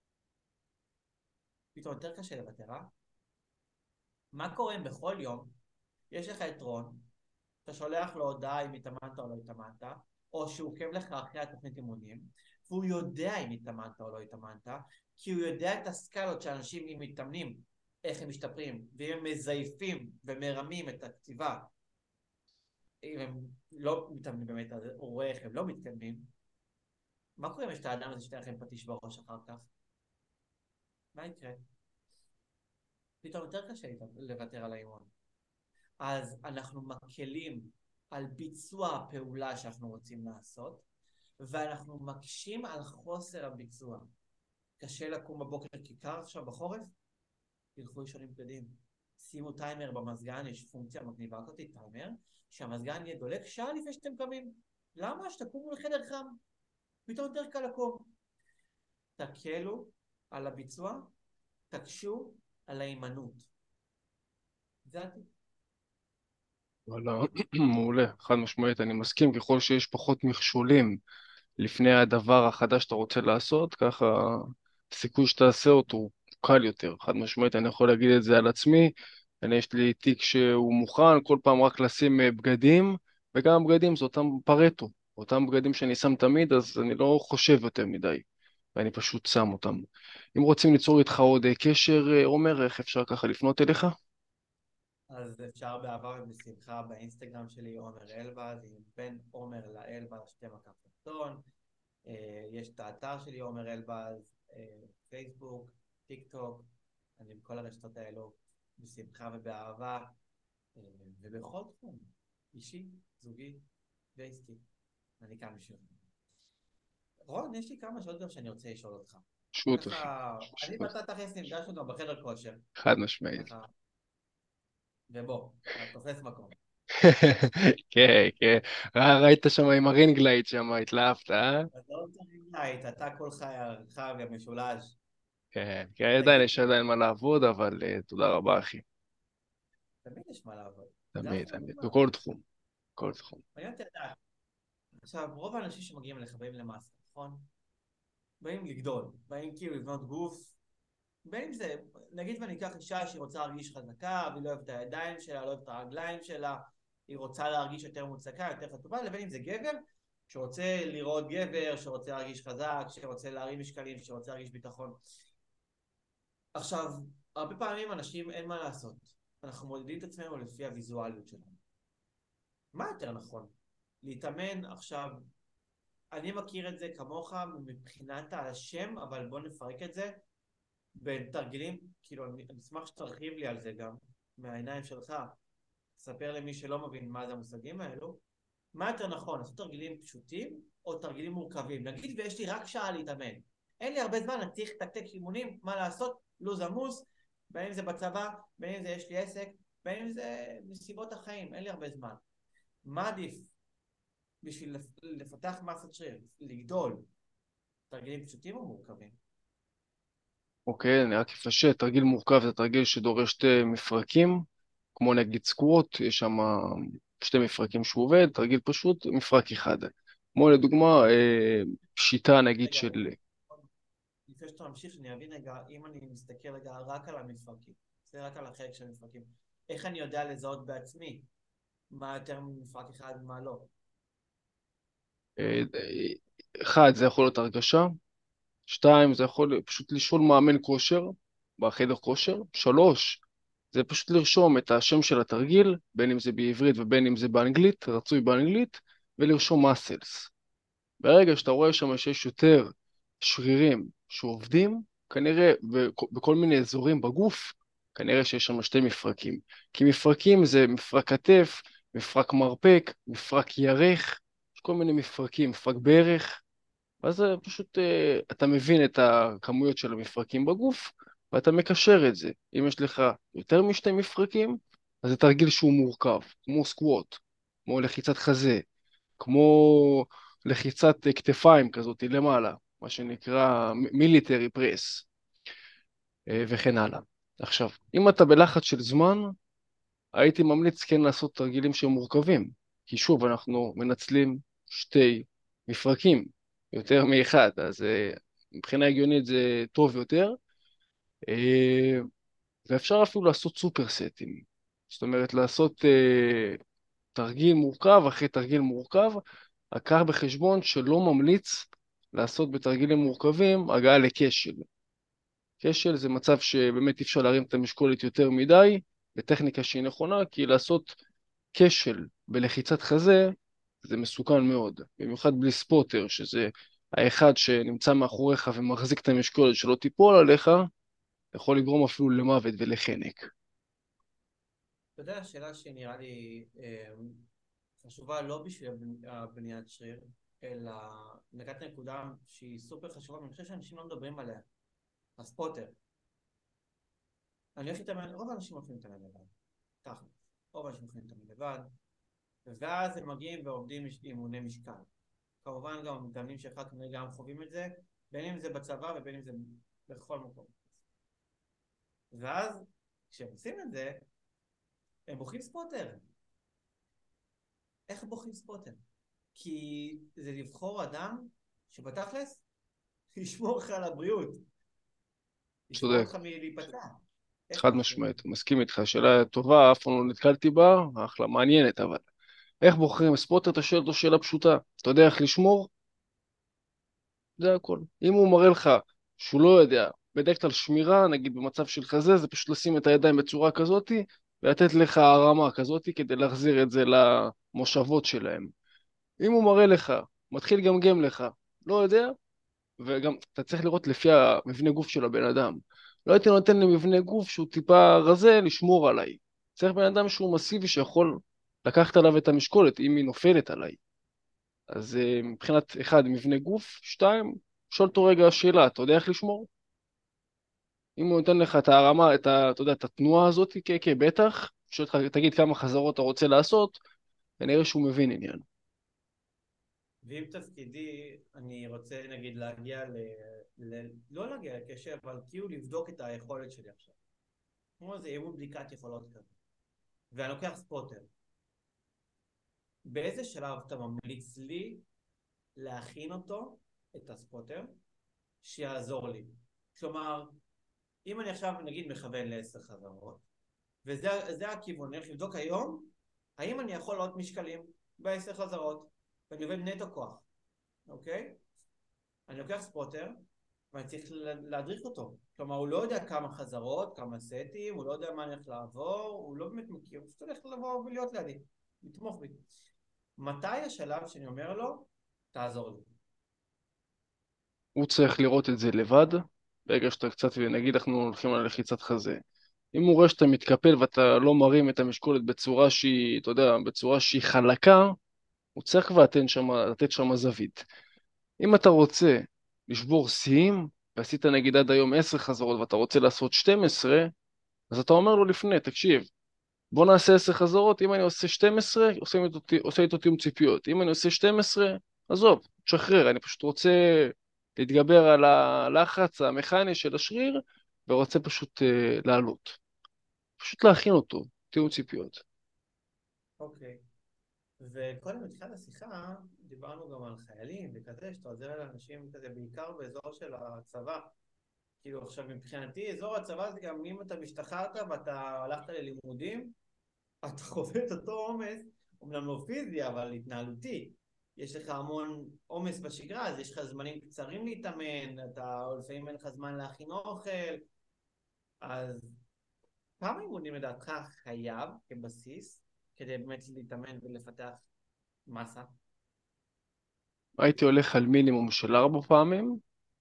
פתאום יותר קשה לוותר, אה? מה קורה אם בכל יום יש לך את רון, אתה שולח לו הודעה אם התאמנת או לא התאמנת, או שהוא עוקב לך אחרי התוכנית אימונים, והוא יודע אם התאמנת או לא התאמנת, כי הוא יודע את הסקלות שאנשים אם מתאמנים, איך הם משתפרים, ואם הם מזייפים ומרמים את הכתיבה, אם הם לא מתאמנים באמת, אז הוא רואה איך הם לא מתקדמים. מה קורה אם יש את האדם הזה שתהיה לכם פטיש בראש אחר כך? מה יקרה? פתאום יותר קשה לוותר על האימון. אז אנחנו מקלים על ביצוע הפעולה שאנחנו רוצים לעשות, ואנחנו מקשים על חוסר הביצוע. קשה לקום בבוקר כי קר עכשיו בחורף? תלכו לישון עם בגדים. שימו טיימר במזגן, יש פונקציה מגניבה כזאת, טיימר, שהמזגן יהיה דולק שעה לפני שאתם קמים. למה? שתקומו לחדר חם. פתאום יותר קל לקום. תקלו על הביצוע, תקשו על ההימנעות. זה עתיד. וואלה, מעולה, חד משמעית, אני מסכים, ככל שיש פחות מכשולים לפני הדבר החדש שאתה רוצה לעשות, ככה הסיכוי שתעשה אותו הוא קל יותר, חד משמעית, אני יכול להגיד את זה על עצמי, יש לי תיק שהוא מוכן, כל פעם רק לשים בגדים, וגם הבגדים זה אותם פרטו, אותם בגדים שאני שם תמיד, אז אני לא חושב יותר מדי, ואני פשוט שם אותם. אם רוצים ליצור איתך עוד קשר, עומר, איך אפשר ככה לפנות אליך? אז אפשר בעבר בשמחה באינסטגרם שלי, עומר אלבז, עם בין עומר לאלבז, שתי מקפצון. יש את האתר שלי, עומר אלבז, פייסבוק, טיק טוק, אני בכל הרשתות האלו בשמחה ובאהבה, ובכל תחום, אישי, זוגי, ועסקי. אני כאן בשביל. רון, יש לי כמה שאלות גם שאני רוצה לשאול אותך. שוט, אחי. ככה, אני שוט. ואתה תכף נפגשנו גם בחדר כושר. חד משמעית. ככה, ובוא, אתה תופס מקום. כן, כן. ראית שם עם הרינגלייט שם, התלהבת, אה? אז לא צריך לייט, אתה כל חי הרחב והמשולש. כן, כן, אתה עדיין איתי. יש עדיין מה לעבוד, אבל תודה רבה, אחי. תמיד יש מה לעבוד. זה תמיד, אחלה תמיד. דוגמה. בכל תחום. בכל תחום. מעניין אותי לדעת. עכשיו, רוב האנשים שמגיעים אליך באים למאסטר, נכון? באים לגדול, באים כאילו לבנות גוף, בין אם זה, נגיד ואני אקח אישה שהיא רוצה להרגיש חזקה, והיא לא אוהבת את הידיים שלה, לא אוהבת את הרגליים שלה, היא רוצה להרגיש יותר מוצקה, יותר חטובה, לבין אם זה גבר, שרוצה לראות גבר, שרוצה להרגיש חזק, שרוצה להרים משקלים, שרוצה להרגיש ביטחון. עכשיו, הרבה פעמים אנשים אין מה לעשות. אנחנו מודדים את עצמנו לפי הוויזואליות שלנו. מה יותר נכון? להתאמן עכשיו, אני מכיר את זה כמוך מבחינת השם, אבל בוא נפרק את זה. בתרגילים, כאילו, אני אשמח שתרחיב לי על זה גם, מהעיניים שלך, תספר למי שלא מבין מה זה המושגים האלו, מה יותר נכון, לעשות תרגילים פשוטים או תרגילים מורכבים? נגיד ויש לי רק שעה להתאמן, אין לי הרבה זמן, אני צריך לתקתק אימונים, מה לעשות, לוז עמוס, בין אם זה בצבא, בין אם זה יש לי עסק, בין אם זה מסיבות החיים, אין לי הרבה זמן. מה עדיף בשביל לפתח מסת שריר, לגדול, תרגילים פשוטים או מורכבים? אוקיי, אני רק אפשט. תרגיל מורכב זה תרגיל שדורש שתי מפרקים, כמו נגיד סקווט, יש שם שתי מפרקים שהוא עובד, תרגיל פשוט, מפרק אחד. כמו לדוגמה, שיטה נגיד רגע, של... לפני שאתה ממשיך, אני אבין רגע, אם אני מסתכל רגע רק על המפרקים, זה רק על החלק של המפרקים, איך אני יודע לזהות בעצמי מה יותר ממפרק אחד ומה לא? אה, אחד, זה יכול להיות הרגשה, שתיים, זה יכול להיות פשוט לשאול מאמן כושר בחדר כושר, שלוש, זה פשוט לרשום את השם של התרגיל, בין אם זה בעברית ובין אם זה באנגלית, רצוי באנגלית, ולרשום muscles. ברגע שאתה רואה שם שיש יותר שרירים שעובדים, כנראה, בכל מיני אזורים בגוף, כנראה שיש שם שתי מפרקים. כי מפרקים זה מפרק כתף, מפרק מרפק, מפרק ירך, יש כל מיני מפרקים, מפרק ברך, ואז פשוט אתה מבין את הכמויות של המפרקים בגוף, ואתה מקשר את זה. אם יש לך יותר משתי מפרקים, אז זה תרגיל שהוא מורכב, כמו סקווט, כמו לחיצת חזה, כמו לחיצת כתפיים כזאת למעלה, מה שנקרא מיליטרי פרס, וכן הלאה. עכשיו, אם אתה בלחץ של זמן, הייתי ממליץ כן לעשות תרגילים שהם מורכבים, כי שוב, אנחנו מנצלים שתי מפרקים, יותר מאחד, אז מבחינה הגיונית זה טוב יותר, אה, ואפשר אפילו לעשות סופרסטים, זאת אומרת לעשות תרגיל מורכב אחרי תרגיל מורכב, רק קח בחשבון שלא ממליץ לעשות בתרגילים מורכבים הגעה לכשל. כשל זה מצב שבאמת אי אפשר להרים את המשקולת יותר מדי, בטכניקה שהיא נכונה, כי לעשות כשל בלחיצת חזה זה מסוכן מאוד, במיוחד בלי ספוטר, שזה האחד שנמצא מאחוריך ומחזיק את המשקולת שלא תיפול עליך, יכול לגרום אפילו למוות ולחנק. אתה יודע, השאלה שנראה לי חשובה לא בשביל הבניית שריר, אלא נגעת נקודה שהיא סופר חשובה, ואני חושב שאנשים לא מדברים עליה, הספוטר. אני הולך להתאמן, רוב האנשים הולכים להתאמן לבד, תכל'ס, רוב האנשים הולכים להתאמן לבד, ואז הם מגיעים ועובדים אימוני משקל. כמובן גם המתאמנים שלך כנראה גם חווים את זה, בין אם זה בצבא ובין אם זה בכל מקום. ואז כשהם עושים את זה, הם בוחרים ספוטר. איך בוחרים ספוטר? כי זה לבחור אדם שבתכלס ישמור לך על הבריאות, ישמור צודק, אותך מלהיפצע. איך חד בוחרים? משמעית, מסכים איתך, שאלה טובה, אף פעם לא נתקלתי בה, אחלה, מעניינת אבל. איך בוחרים ספוטר? אתה שואל אותו שאלה פשוטה, אתה יודע איך לשמור? זה הכל. אם הוא מראה לך שהוא לא יודע, בדרך כלל שמירה, נגיד במצב של חזה, זה פשוט לשים את הידיים בצורה כזאתי, ולתת לך הרמה כזאתי כדי להחזיר את זה למושבות שלהם. אם הוא מראה לך, מתחיל לגמגם לך, לא יודע, וגם אתה צריך לראות לפי המבנה גוף של הבן אדם. לא הייתי נותן למבנה גוף שהוא טיפה רזה לשמור עליי. צריך בן אדם שהוא מסיבי שיכול לקחת עליו את המשקולת אם היא נופלת עליי. אז מבחינת אחד, מבנה גוף, שתיים, שואל אותו רגע שאלה, אתה יודע איך לשמור? אם הוא נותן לך את הרמה, אתה יודע, את התנועה הזאת, כן, כן, בטח, שואל אותך, תגיד כמה חזרות אתה רוצה לעשות, כנראה שהוא מבין עניין. ואם תפקידי, אני רוצה נגיד להגיע לא להגיע לקשר, אבל כאילו לבדוק את היכולת שלי עכשיו. כמו איזה אימון בדיקת יכולות כזה. ואני לוקח ספוטר. באיזה שלב אתה ממליץ לי להכין אותו, את הספוטר, שיעזור לי? כלומר, אם אני עכשיו נגיד מכוון לעשר חזרות, וזה הכיוון, אני הולך לבדוק היום, האם אני יכול לעוד משקלים בעשר חזרות, ואני עובד נטו כוח, אוקיי? אני לוקח ספוטר, ואני צריך להדריך אותו. כלומר, הוא לא יודע כמה חזרות, כמה סטים, הוא לא יודע מה אני הולך לעבור, הוא לא באמת מכיר, הוא פשוט הולך לבוא ולהיות לידי, לתמוך בי. מתי השלב שאני אומר לו, תעזור לי? הוא צריך לראות את זה לבד, ברגע שאתה קצת, נגיד אנחנו הולכים על לחיצת חזה. אם הוא רואה שאתה מתקפל ואתה לא מרים את המשקולת בצורה שהיא, אתה יודע, בצורה שהיא חלקה, הוא צריך כבר לתת שם זווית. אם אתה רוצה לשבור שיאים, ועשית נגיד עד היום 10 חזרות ואתה רוצה לעשות 12, אז אתה אומר לו לפני, תקשיב, בוא נעשה 10 חזרות, אם אני עושה 12, עושה איתו תיאום ציפיות. אם אני עושה 12, עזוב, תשחרר, אני פשוט רוצה להתגבר על הלחץ המכני של השריר, ורוצה פשוט לעלות. פשוט להכין אותו, תיאום ציפיות. אוקיי. וקודם בתחילת השיחה, דיברנו גם על חיילים וכזה, שאתה עוזר לאנשים כזה, בעיקר באזור של הצבא. כאילו עכשיו מבחינתי, אזור הצבא זה גם אם אתה משתחררת ואתה הלכת ללימודים, אתה חווה את אותו עומס, אומנם לא פיזי, אבל התנהלותי. יש לך המון עומס בשגרה, אז יש לך זמנים קצרים להתאמן, לפעמים אין לך זמן להכין אוכל, אז כמה אימונים לדעתך חייב כבסיס, כדי באמת להתאמן ולפתח מסה? הייתי הולך על מינימום של 4 פעמים,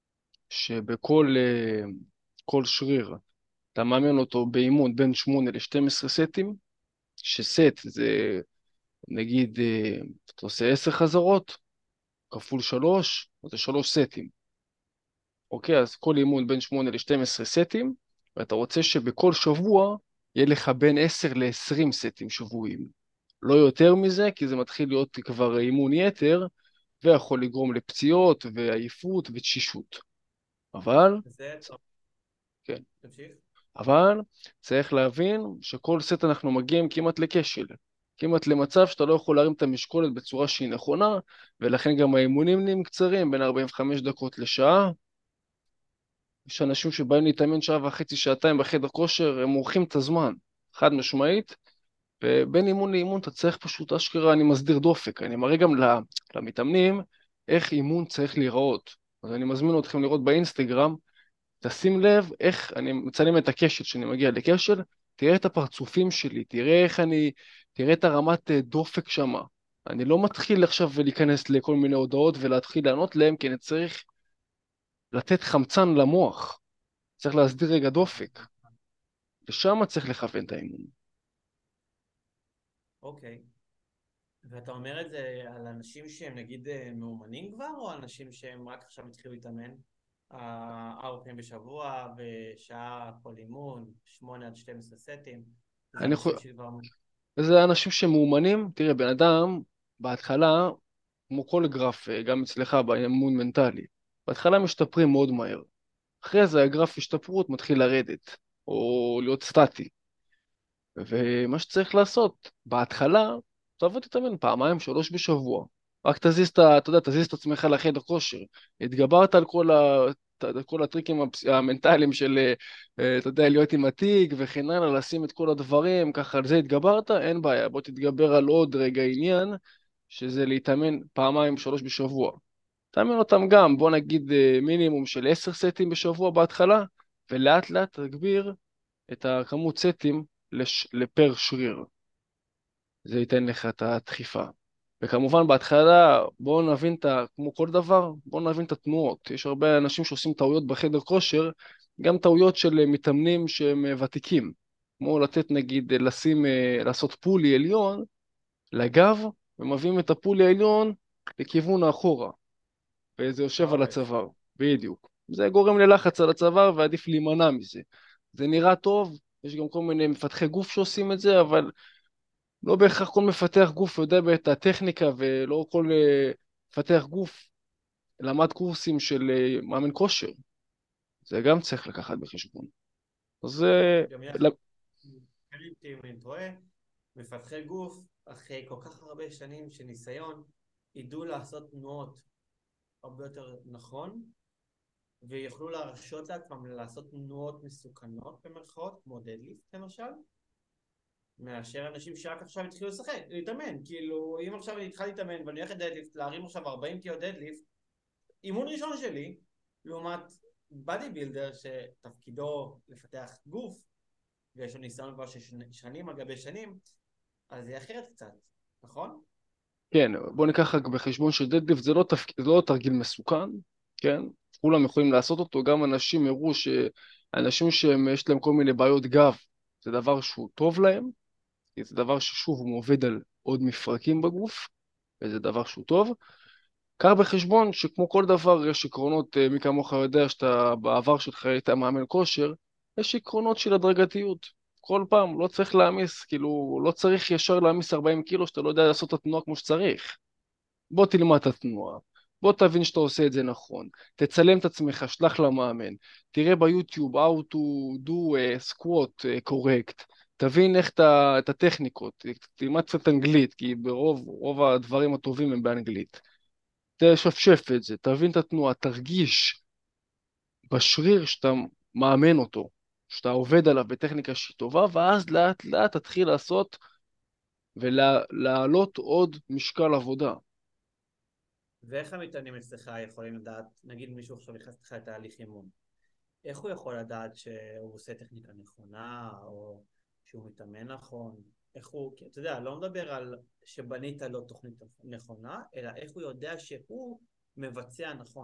שבכל כל שריר אתה מאמן אותו באימון בין 8 ל-12 סטים, שסט זה נגיד, אתה עושה 10 חזרות, כפול 3, זה 3 סטים. אוקיי, אז כל אימון בין 8 ל-12 סטים, ואתה רוצה שבכל שבוע יהיה לך בין 10 ל-20 סטים שבועיים. לא יותר מזה, כי זה מתחיל להיות כבר אימון יתר, ויכול לגרום לפציעות ועייפות ותשישות. אבל, זה טוב. כן, תמשיך. אבל צריך להבין שכל סט אנחנו מגיעים כמעט לכשל. כמעט למצב שאתה לא יכול להרים את המשקולת בצורה שהיא נכונה, ולכן גם האימונים נהיים קצרים, בין 45 דקות לשעה. יש אנשים שבאים להתאמן שעה וחצי, שעתיים בחדר כושר, הם עורכים את הזמן, חד משמעית, ובין אימון לאימון אתה צריך פשוט אשכרה, אני מסדיר דופק, אני מראה גם למתאמנים איך אימון צריך להיראות. אז אני מזמין אתכם לראות באינסטגרם, תשים לב איך אני מצלם את הקשת, כשאני מגיע לקשת, תראה את הפרצופים שלי, תראה את הרמת דופק שמה. אני לא מתחיל עכשיו להיכנס לכל מיני הודעות ולהתחיל לענות להם, כי אני צריך לתת חמצן למוח. צריך להסדיר רגע דופק, ושם צריך לכוון את האימון. אוקיי. ואתה אומר את זה על אנשים שהם נגיד מאומנים כבר, או אנשים שהם רק עכשיו התחילו להתאמן? 4 פעמים בשבוע, ושעה כל אימון, 8 עד 12 סטים, זה אני יכול... אנשים שכבר... זה אנשים שמאומנים, תראה, בן אדם, בהתחלה, כמו כל גרף, גם אצלך באימון מנטלי, בהתחלה משתפרים מאוד מהר. אחרי זה הגרף השתפרות מתחיל לרדת, או להיות סטטי. ומה שצריך לעשות, בהתחלה, תבוא תתאמן פעמיים, 3 בשבוע. רק אתה יודע, תזיז את עצמך לחדר כושר. התגברת על כל הטריקים המנטליים של, אתה יודע, להיות עם התיק וכן הלאה, לשים את כל הדברים, ככה על זה התגברת, אין בעיה. בוא תתגבר על עוד רגע עניין, שזה להתאמן פעמיים, 3 בשבוע. תאמן אותם גם, בוא נגיד מינימום של 10 סטים בשבוע בהתחלה, ולאט לאט תגביר את הכמות סטים לפר שריר. זה ייתן לך את הדחיפה. וכמובן בהתחלה בואו נבין כמו כל דבר, בואו נבין את התנועות. יש הרבה אנשים שעושים טעויות בחדר כושר, גם טעויות של מתאמנים שהם ותיקים. כמו לתת נגיד, לעשות פולי עליון לגב, ומביאים את הפולי העליון לכיוון האחורה, וזה יושב על העורף. הצוואר, בדיוק. זה גורם ללחץ על הצוואר ועדיף להימנע מזה. זה נראה טוב, יש גם כל מיני מפתחי גוף שעושים את זה, אבל לא בהכרח כל מפתח גוף יודע את הטכניקה, ולא כל מפתח גוף למד קורסים של מאמן כושר. זה גם צריך לקחת בחשבון. אז זה... גם יחד, אם אני טועה, מפתחי גוף, אחרי כל כך הרבה שנים של ניסיון, ידעו לעשות תנועות הרבה יותר נכון, ויוכלו להרשות לעצמם לעשות תנועות מסוכנות במרכאות, כמו דדליפט למשל, מאשר אנשים שרק עכשיו התחילו לשחק, להתאמן. כאילו, אם עכשיו אני התחלתי להתאמן ואני הולך לדדליפט, להרים עכשיו 40 קילו דדליפט, אימון ראשון שלי, לעומת בדי בילדר שתפקידו לפתח גוף, ויש לו ניסיון כבר של שנים על גבי שנים, אז זה אחרת קצת, נכון? כן, בוא ניקח רק בחשבון שדדליפט זה לא, זה לא תרגיל מסוכן, כן? כולם יכולים לעשות אותו, גם אנשים הראו שאנשים שיש להם כל מיני בעיות גב, זה דבר שהוא טוב להם, כי זה דבר ששוב הוא עובד על עוד מפרקים בגוף, וזה דבר שהוא טוב. קח בחשבון שכמו כל דבר יש עקרונות, מי כמוך יודע שאתה בעבר שלך היית מאמן כושר, יש עקרונות של הדרגתיות. כל פעם לא צריך להעמיס, כאילו לא צריך ישר להעמיס 40 קילו שאתה לא יודע לעשות את התנועה כמו שצריך. בוא תלמד את התנועה, בוא תבין שאתה עושה את זה נכון, תצלם את עצמך, שלח למאמן, תראה ביוטיוב how to do a squat correct, תבין איך את הטכניקות, תלמד קצת אנגלית, כי רוב הדברים הטובים הם באנגלית. תשפשף את זה, תבין את התנועה, תרגיש בשריר שאתה מאמן אותו, שאתה עובד עליו בטכניקה שהיא טובה, ואז לאט לאט תתחיל לעשות ולהעלות עוד משקל עבודה. ואיך המתאמנים אצלך יכולים לדעת, נגיד מישהו עכשיו נכנס לך לתהליך אימון, איך הוא יכול לדעת שהוא עושה טכניקה נכונה, או שהוא מתאמן נכון? איך הוא, כי אתה יודע, לא מדבר על שבנית לו תוכנית נכונה, אלא איך הוא יודע שהוא מבצע נכון.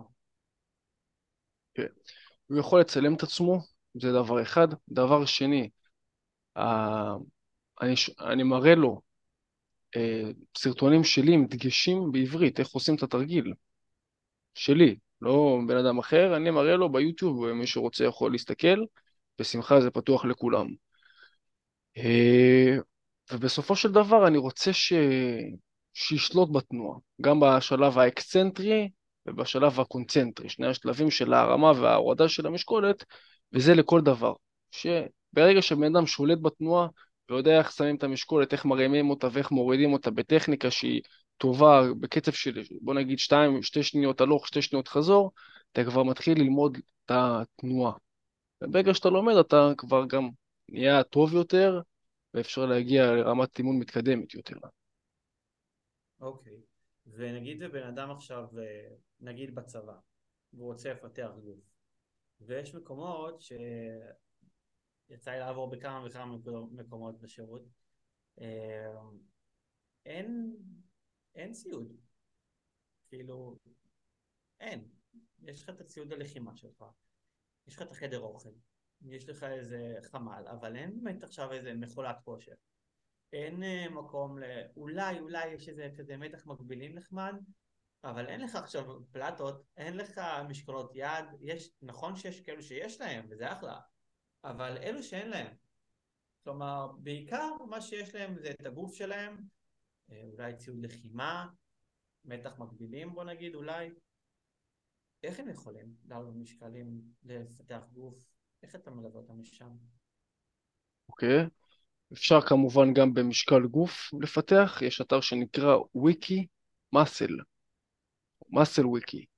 כן. הוא יכול לצלם את עצמו, זה דבר אחד. דבר שני, אני מראה לו סרטונים שלי עם דגשים בעברית, איך עושים את התרגיל שלי, לא בן אדם אחר, אני מראה לו ביוטיוב, ומי שרוצה יכול להסתכל, בשמחה זה פתוח לכולם. אה, ובסופו של דבר אני רוצה שישלוט בתנועה, גם בשלב האקסצנטרי ובשלב הקונצנטרי, שני השלבים של ההרמה וההורדה של המשקולת, וזה לכל דבר. שברגע שבן אדם שולט בתנועה ויודע איך שמים את המשקולת, איך מרימים אותה ואיך מורידים אותה בטכניקה שהיא טובה, בקצב של בוא נגיד 2 שניות הלוך, 2 שניות חזור, אתה כבר מתחיל ללמוד את התנועה. וברגע שאתה לומד אתה כבר גם נהיה טוב יותר, ואפשר להגיע לרמת אימון מתקדמת יותר. אוקיי. ונגיד ובן אדם עכשיו, נגיד בצבא, והוא רוצה לפתח גוף, ויש מקומות שיצא לי לעבור בכמה וכמה מקומות בשירות, אה, אין, אין ציוד, כאילו, אין. יש לך את הציוד הלחימה שלך, יש לך את החדר אוכל, יש לך איזה חמ"ל, אבל אין באמת עכשיו איזה מכולת כושר. אין מקום אולי יש איזה כזה מתח מגבילים נחמד, אבל אין לך עכשיו פלטות, אין לך משקולות יד, נכון שיש כאלו שיש להם, וזה אחלה, אבל אלו שאין להם. כלומר, בעיקר מה שיש להם זה את הגוף שלהם, אולי ציוד לחימה, מתח מגבילים בוא נגיד, אולי. איך הם יכולים לעלות משקלים, לפתח גוף? איך אתה מלווה אותם משם? אוקיי? אפשר כמובן גם במשקל גוף לפתח, יש אתר שנקרא וויקי מסל, מסל וויקי.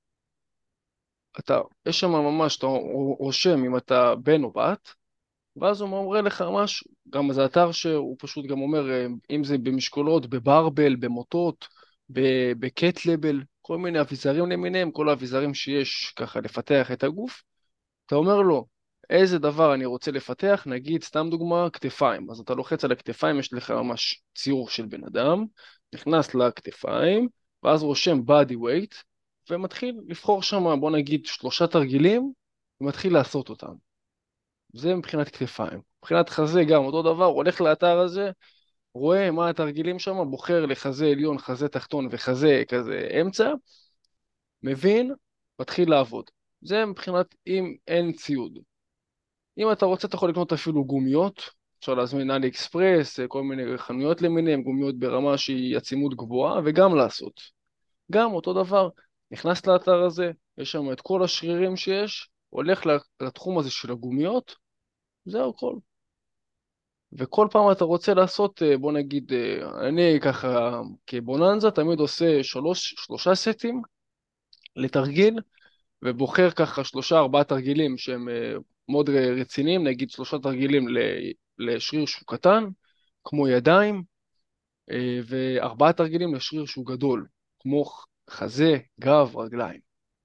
יש שם ממש, אתה רושם אם אתה בן או בת, ואז הוא מראה לך ממש, גם זה אתר שהוא פשוט גם אומר, אם זה במשקולות, בברבל, במוטות, בקטלבל, כל מיני אביזרים למיניהם, כל האביזרים שיש ככה לפתח את הגוף, אתה אומר לו, איזה דבר אני רוצה לפתח, נגיד, סתם דוגמה, כתפיים. אז אתה לוחץ על הכתפיים, יש לך ממש ציור של בן אדם, נכנס לכתפיים, ואז רושם body weight, ומתחיל לבחור שם, בוא נגיד, 3 תרגילים, ומתחיל לעשות אותם. זה מבחינת כתפיים. מבחינת חזה גם אותו דבר, הוא הולך לאתר הזה, רואה מה התרגילים שם, בוחר לחזה עליון, חזה תחתון וחזה כזה אמצע, מבין, מתחיל לעבוד. זה מבחינת אם אין ציוד. אם אתה רוצה, אתה יכול לקנות אפילו גומיות, אפשר להזמין אלי אקספרס, כל מיני חנויות למיניהם, גומיות ברמה שהיא עצימות גבוהה, וגם לעשות. גם אותו דבר, נכנס לאתר הזה, יש שם את כל השרירים שיש, הולך לתחום הזה של הגומיות, זהו כל. וכל פעם אתה רוצה לעשות, בוא נגיד, אני ככה כבוננזה תמיד עושה שלושה סטים לתרגיל, ובוחר ככה שלושה ארבעה תרגילים שהם מאוד רציניים, נגיד שלושה תרגילים לשריר שהוא קטן, כמו ידיים, וארבעה תרגילים לשריר שהוא גדול, כמו חזה, גב, רגליים.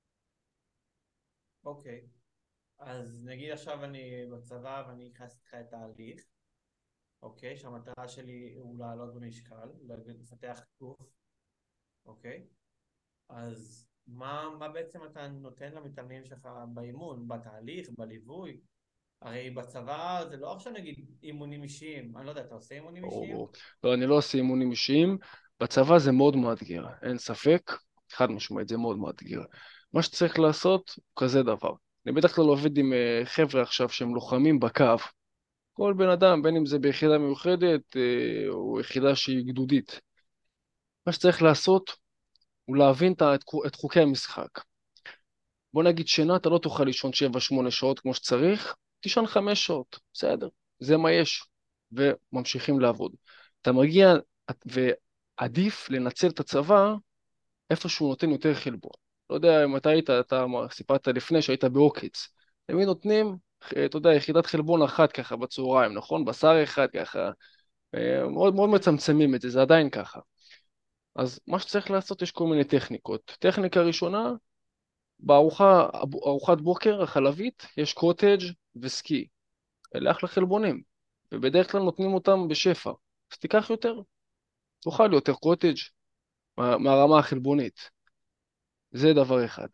אוקיי. אז נגיד עכשיו אני בצבא ואני נכנס איתך לתהליך, אוקיי? שהמטרה שלי הוא לעלות במשקל, לפתח גוף, אוקיי? אז מה בעצם אתה נותן למתאמנים שלך באימון, בתהליך, בליווי? הרי בצבא זה לא עכשיו נגיד אימונים אישיים, אני לא יודע, אתה עושה אימונים אישיים? או... לא, אני לא עושה אימונים אישיים, בצבא זה מאוד מאתגר, אין ספק, חד משמעית, זה מאוד מאתגר. מה שצריך לעשות הוא כזה דבר. אני בדרך כלל עובד עם חבר'ה עכשיו שהם לוחמים בקו. כל בן אדם, בין אם זה ביחידה מיוחדת או יחידה שהיא גדודית. מה שצריך לעשות הוא להבין את חוקי המשחק. בוא נגיד שינה, אתה לא תוכל לישון 7-8 שעות כמו שצריך, תישן 5 שעות, בסדר, זה מה יש, וממשיכים לעבוד. אתה מגיע, ועדיף לנצל את הצבא איפה שהוא נותן יותר חלבון. לא יודע אם אתה היית, אתה סיפרת לפני שהיית בעוקץ. למי נותנים, אתה יודע, יחידת חלבון אחת ככה בצהריים, נכון? בשר אחד ככה, מאוד מאוד מצמצמים את זה, זה עדיין ככה. אז מה שצריך לעשות, יש כל מיני טכניקות. טכניקה ראשונה, ארוחת בוקר החלבית, יש קוטג' וסקי. אלה אחלה חלבונים, ובדרך כלל נותנים אותם בשפע. אז תיקח יותר, תאכל יותר קוטג' מהרמה החלבונית. זה דבר אחד.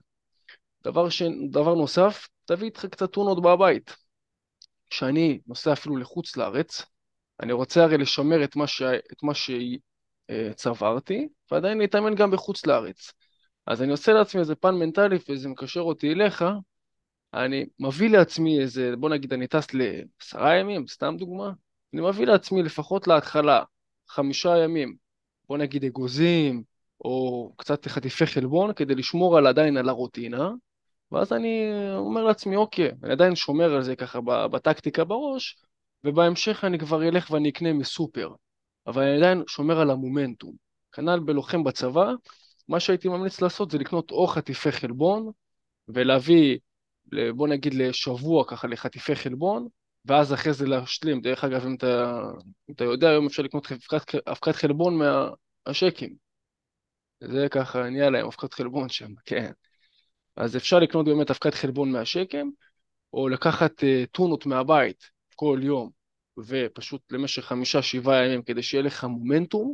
דבר נוסף, תביא איתך קצת טונות מהבית. כשאני נוסע אפילו לחוץ לארץ, אני רוצה הרי לשמר את מה שצברתי, ועדיין להתאמן גם בחוץ לארץ. אז אני עושה לעצמי איזה פן מנטלי, וזה מקשר אותי אליך, אני מביא לעצמי איזה, בוא נגיד אני טס ל10 ימים, סתם דוגמה, אני מביא לעצמי לפחות להתחלה 5 ימים, בוא נגיד אגוזים, או קצת חטיפי חלבון, כדי לשמור עדיין על הרוטינה, ואז אני אומר לעצמי, אוקיי, אני עדיין שומר על זה ככה בטקטיקה בראש, ובהמשך אני כבר אלך ואני אקנה מסופר, אבל אני עדיין שומר על המומנטום. כנ"ל בלוחם בצבא, מה שהייתי ממליץ לעשות זה לקנות או חטיפי חלבון, ולהביא, בוא נגיד לשבוע ככה לחטיפי חלבון, ואז אחרי זה להשלים. דרך אגב, אם אתה יודע, היום אפשר לקנות אבקת חלבון מהשקים. זה ככה נהיה להם אבקת חלבון שם, כן. אז אפשר לקנות באמת אבקת חלבון מהשקם, או לקחת טונות מהבית כל יום, ופשוט למשך 5-7 ימים כדי שיהיה לך מומנטום.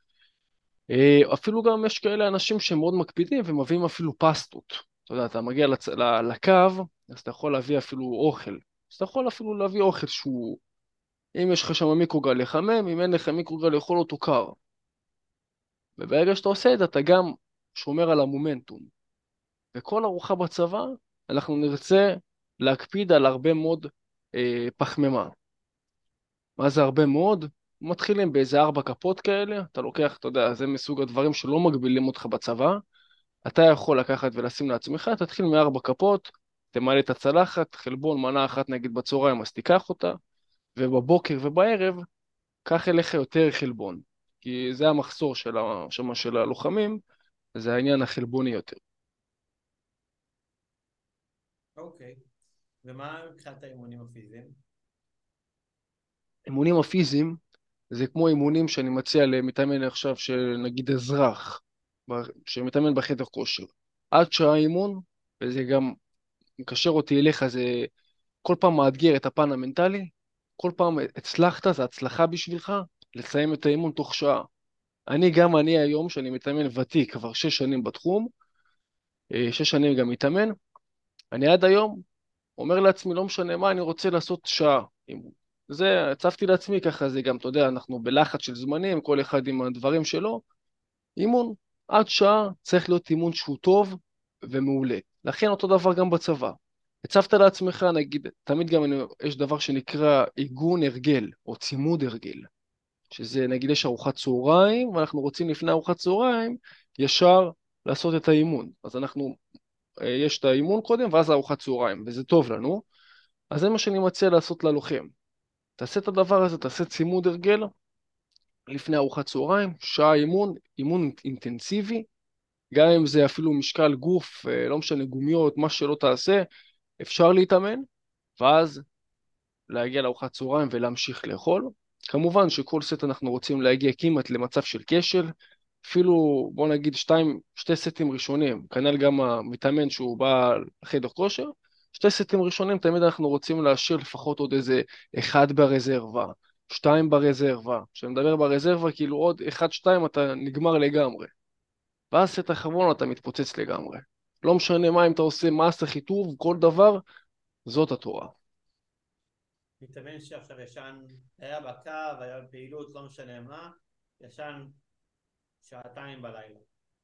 אפילו גם יש כאלה אנשים שהם מאוד מקפידים ומביאים אפילו פסטות. אתה יודע, אתה מגיע לקו, אז אתה יכול להביא אפילו אוכל. אז אתה יכול אפילו להביא אוכל שהוא, אם יש לך שם מיקרוגל לחמם, אם אין לך מיקרוגל לאכול אותו קר. וברגע שאתה עושה את זה, אתה גם שומר על המומנטום. וכל ארוחה בצבא, אנחנו נרצה להקפיד על הרבה מאוד פחמימה. מה זה הרבה מאוד? מתחילים באיזה 4 כפות כאלה, אתה לוקח, אתה יודע, זה מסוג הדברים שלא מגבילים אותך בצבא, אתה יכול לקחת ולשים לעצמך, תתחיל מ4 כפות, תמלא את הצלחת, חלבון מנה אחת נגיד בצהריים, אז תיקח אותה, ובבוקר ובערב, קח אליך יותר חלבון, כי זה המחסור של הלוחמים, זה העניין החלבוני יותר. אוקיי. ומה מבחינת האימונים הפיזיים? אימונים הפיזיים, זה כמו אימונים שאני מציע למתאמן עכשיו, שנגיד אזרח, שמתאמן בחדר כושר. עד שעה אימון, וזה גם מקשר אותי אליך, זה כל פעם מאתגר את הפן המנטלי, כל פעם הצלחת, זה הצלחה בשבילך, לסיים את האימון תוך שעה. אני היום, שאני מתאמן ותיק, כבר 6 שנים בתחום, 6 שנים גם מתאמן, אני עד היום אומר לעצמי, לא משנה מה, אני רוצה לעשות שעה אימון. זה, הצבתי לעצמי ככה, זה גם, אתה יודע, אנחנו בלחץ של זמנים, כל אחד עם הדברים שלו. אימון, עד שעה צריך להיות אימון שהוא טוב ומעולה. לכן אותו דבר גם בצבא. הצבת לעצמך, נגיד, תמיד גם יש דבר שנקרא עיגון הרגל, או צימוד הרגל, שזה נגיד יש ארוחת צהריים, ואנחנו רוצים לפני ארוחת צהריים ישר לעשות את האימון. אז יש את האימון קודם, ואז ארוחת צהריים, וזה טוב לנו. אז זה מה שאני מציע לעשות ללוחם. תעשה את הדבר הזה, תעשה צימוד הרגל לפני ארוחת צהריים, שעה אימון, אימון אינטנסיבי, גם אם זה אפילו משקל גוף, לא משנה, גומיות, מה שלא תעשה, אפשר להתאמן, ואז להגיע לארוחת צהריים ולהמשיך לאכול. כמובן שכל סט אנחנו רוצים להגיע כמעט למצב של כשל, אפילו בוא נגיד שתי סטים ראשונים, כנ"ל גם המתאמן שהוא בא לחדר כושר, שתי סטים ראשונים תמיד אנחנו רוצים להשאיר לפחות עוד איזה אחד ברזרבה, שתיים ברזרבה. כשאני מדבר ברזרבה, כאילו עוד אחד, שתיים אתה נגמר לגמרי. ואז סט אחרון אתה מתפוצץ לגמרי. לא משנה מה, אם אתה עושה מסה, חיטוב, כל דבר, זאת התורה. מתאמן שעכשיו ישן, היה בקו, היה בפעילות, לא משנה מה, ישן שעתיים בלילה.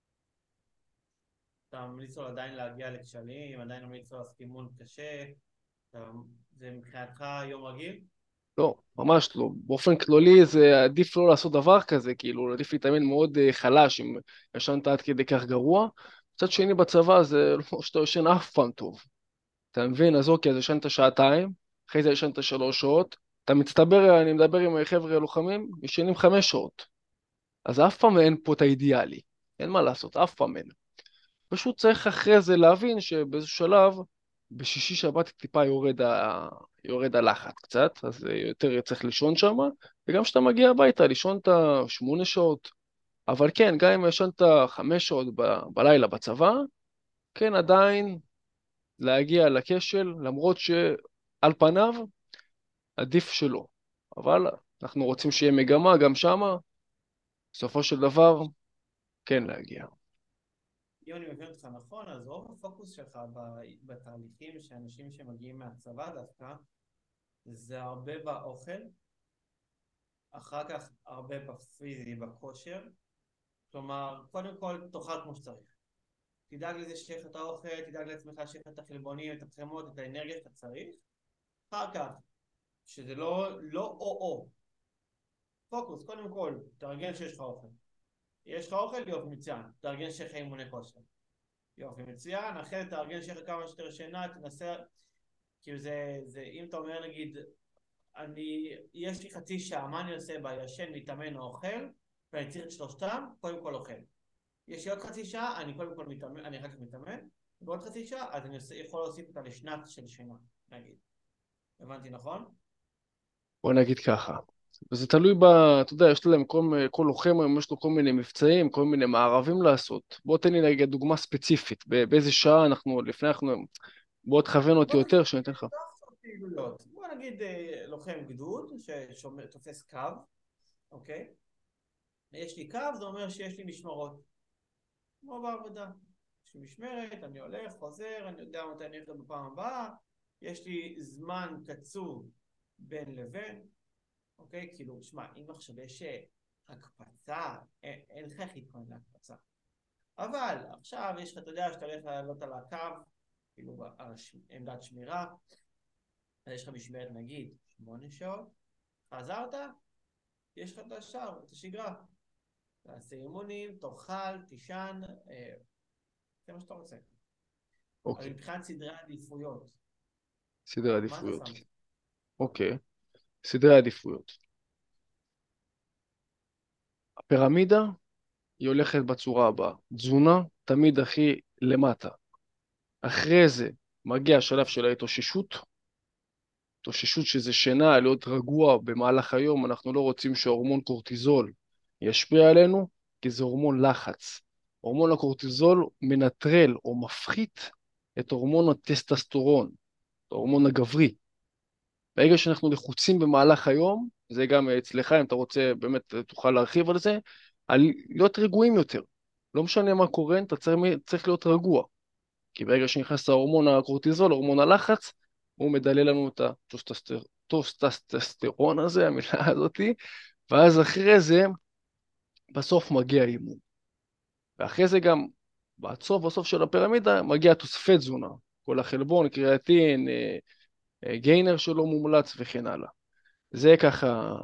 אתה ממליץ לו עדיין להגיע לכשלים, עדיין ממליץ לו לעשות אימון קשה, זה מבחינתך יום רגיל? לא, ממש לא. באופן כללי זה עדיף לא לעשות דבר כזה, כאילו עדיף להתאמן מאוד חלש אם ישנת עד כדי כך גרוע. מצד שני בצבא זה לא שאתה ישן אף פעם טוב. אתה מבין? אז אוקיי, אז ישנת שעתיים, אחרי זה ישנת 3 שעות, אתה מצטבר, אני מדבר עם חבר'ה לוחמים, ישנים 5 שעות. אז אף פעם אין פה את האידיאלי. אין מה לעשות, אף פעם אין. פשוט צריך אחרי זה להבין שבאיזשהו שלב, בשישי שבת טיפה יורד הלחץ קצת, אז יותר צריך לישון שם, וגם כשאתה מגיע הביתה, לישון את 8 שעות. אבל כן, גם אם ישנת 5 שעות בלילה בצבא, כן עדיין להגיע לכשל, למרות שעל פניו עדיף שלא. אבל אנחנו רוצים שיהיה מגמה גם שמה, בסופו של דבר, כן להגיע. אם אני מבין אותך נכון, אז רוב הפוקוס שלך בתהליכים שאנשים שמגיעים מהצבא דווקא, זה הרבה באוכל, אחר כך הרבה בפיזי, בכושר. כלומר, קודם כל תאכל כמו שצריך. תדאג לזה שיש לך את האוכל, תדאג לעצמך שיש לך את החלבונים, את החמות, את האנרגיה שאתה צריך. אחר כך, שזה לא או-או. פוקוס, קודם כל, תארגן שיש לך אוכל. יש לך אוכל? יופי, מצוין. תארגן שיש לך אימוני כושר. יופי, מצוין. אחרי תארגן שיש לך כמה שיותר שינה, תנסה, כאילו אם אתה אומר נגיד, יש לי חצי שעה, מה אני עושה בה? ישן, מתאמן או אוכל, ואני צריך את שלושתם, קודם כל אוכל. יש לי עוד חצי שעה, אני קודם כל מתאמן, אני אחר כך מתאמן, ועוד חצי שעה, אז אני יכול להוסיף אותה לשנת של שינה, נגיד. הבנתי נכון? בוא נגיד ככה. וזה תלוי אתה יודע, יש להם כל לוחם היום יש לו כל מיני מבצעים, כל מיני מערבים לעשות. בוא תן לי נגיד דוגמה ספציפית, באיזה שעה בוא תכוון אותי בוא נגיד, יותר, שאני אתן לך. לא עכשיו פעילויות. בוא נגיד לוחם גדוד שתופס קו, אוקיי? יש לי קו, זה אומר שיש לי משמרות. כמו בעבודה. יש לי משמרת, אני הולך, חוזר, אני יודע מתי אני הולך בפעם הבאה, יש לי זמן קצוב בין לבין, אוקיי? כאילו, שמע, אם עכשיו יש הקפצה, אין לך איך להתכונן להקפצה. אבל עכשיו יש לך, אתה יודע, שאתה הולך לעלות על הקו, כאילו, על עמדת שמירה, אז יש לך משמרת נגיד 8 שעות, חזרת, יש לך את השאר, את השגרה. תעשה אימונים, תאכל, תישן, זה מה שאתה רוצה. אבל אוקיי, מבחינת סדרי עדיפויות, סדרי מה אתה עדיפויות. שם? אוקיי, סדרי עדיפויות. הפירמידה היא הולכת בצורה הבאה. תזונה תמיד הכי למטה. אחרי זה מגיע השלב של ההתאוששות. התאוששות שזה שינה, להיות רגוע במהלך היום. אנחנו לא רוצים שההורמון קורטיזול ישפיע עלינו, כי זה הורמון לחץ. הורמון הקורטיזול מנטרל או מפחית את הורמון הטסטסטורון, ההורמון הגברי. ברגע שאנחנו לחוצים במהלך היום, זה גם אצלך, אם אתה רוצה, באמת תוכל להרחיב על זה, על להיות רגועים יותר. לא משנה מה קורה, אתה צריך להיות רגוע. כי ברגע שנכנס ההורמון הקורטיזול, הורמון הלחץ, הוא מדלל לנו את הטוסטסטסטרון הזה, המילה הזאתי, ואז אחרי זה, בסוף מגיע אימון. ואחרי זה גם, בסוף של הפירמידה, מגיע תוספי תזונה. כל החלבון, קריאטין, גיינר שלו מומלץ וכן הלאה. זה ככה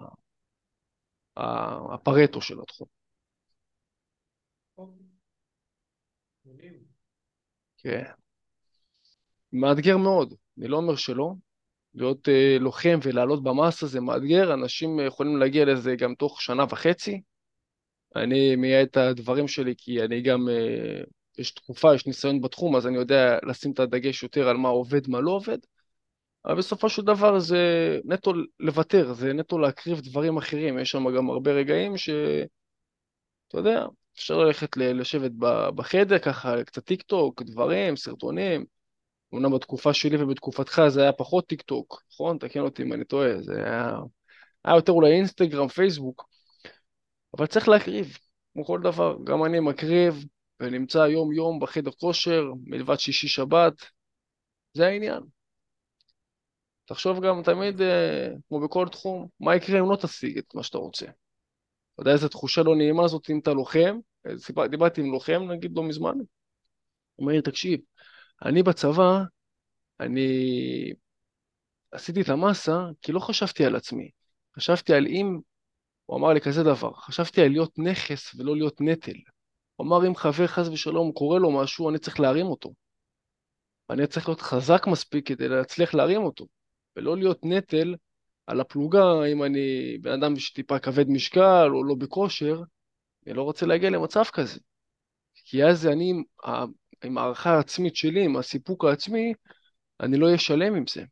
הפרטו של התחום. אוקיי, מדהים. כן. מאתגר מאוד, אני לא אומר שלא. להיות לוחם ולעלות במסה זה מאתגר, אנשים יכולים להגיע לזה גם תוך שנה וחצי. אני מייעד את הדברים שלי כי אני גם, יש תקופה, יש ניסיון בתחום, אז אני יודע לשים את הדגש יותר על מה עובד, מה לא עובד. אבל בסופו של דבר זה נטו לוותר, זה נטו להקריב דברים אחרים. יש שם גם הרבה רגעים שאתה יודע, אפשר ללכת לשבת בחדר, ככה קצת טיק טוק, דברים, סרטונים. אומנם בתקופה שלי ובתקופתך זה היה פחות טיק טוק, נכון? תקן אותי אם אני טועה, זה היה יותר אולי אינסטגרם, פייסבוק, אבל צריך להקריב, כמו כל דבר. גם אני מקריב ונמצא יום-יום בחדר כושר, מלבד שישי שבת, זה העניין. תחשוב גם תמיד, כמו בכל תחום, מה יקרה אם לא תשיג את מה שאתה רוצה. אתה יודע איזה תחושה לא נעימה זאת אם אתה לוחם, דיברתי עם לוחם נגיד לא מזמן, הוא אומר לי, תקשיב, אני בצבא, אני עשיתי את המסה כי לא חשבתי על עצמי, חשבתי על אם, הוא אמר לי כזה דבר, חשבתי על להיות נכס ולא להיות נטל. הוא אמר אם חבר חס ושלום קורה לו משהו, אני צריך להרים אותו. אני צריך להיות חזק מספיק כדי להצליח להרים אותו, ולא להיות נטל על הפלוגה אם אני בן אדם שטיפה כבד משקל או לא בכושר, אני לא רוצה להגיע למצב כזה. כי אז אני, עם הערכה העצמית שלי, עם הסיפוק העצמי, אני לא אהיה שלם עם זה.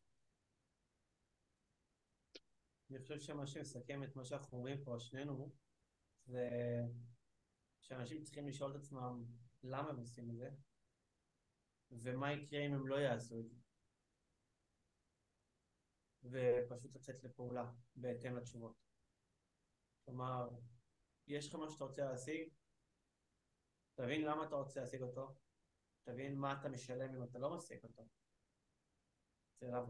אני חושב שמה שמסכם את מה שאנחנו אומרים פה, שנינו, זה שאנשים צריכים לשאול את עצמם למה הם עושים את זה, ומה יקרה אם הם לא יעשו את זה, ופשוט לצאת לפעולה בהתאם לתשובות. כלומר, יש לך מה שאתה רוצה להשיג, תבין למה אתה רוצה להשיג אותו, תבין מה אתה משלם אם אתה לא משיג אותו. זה רב.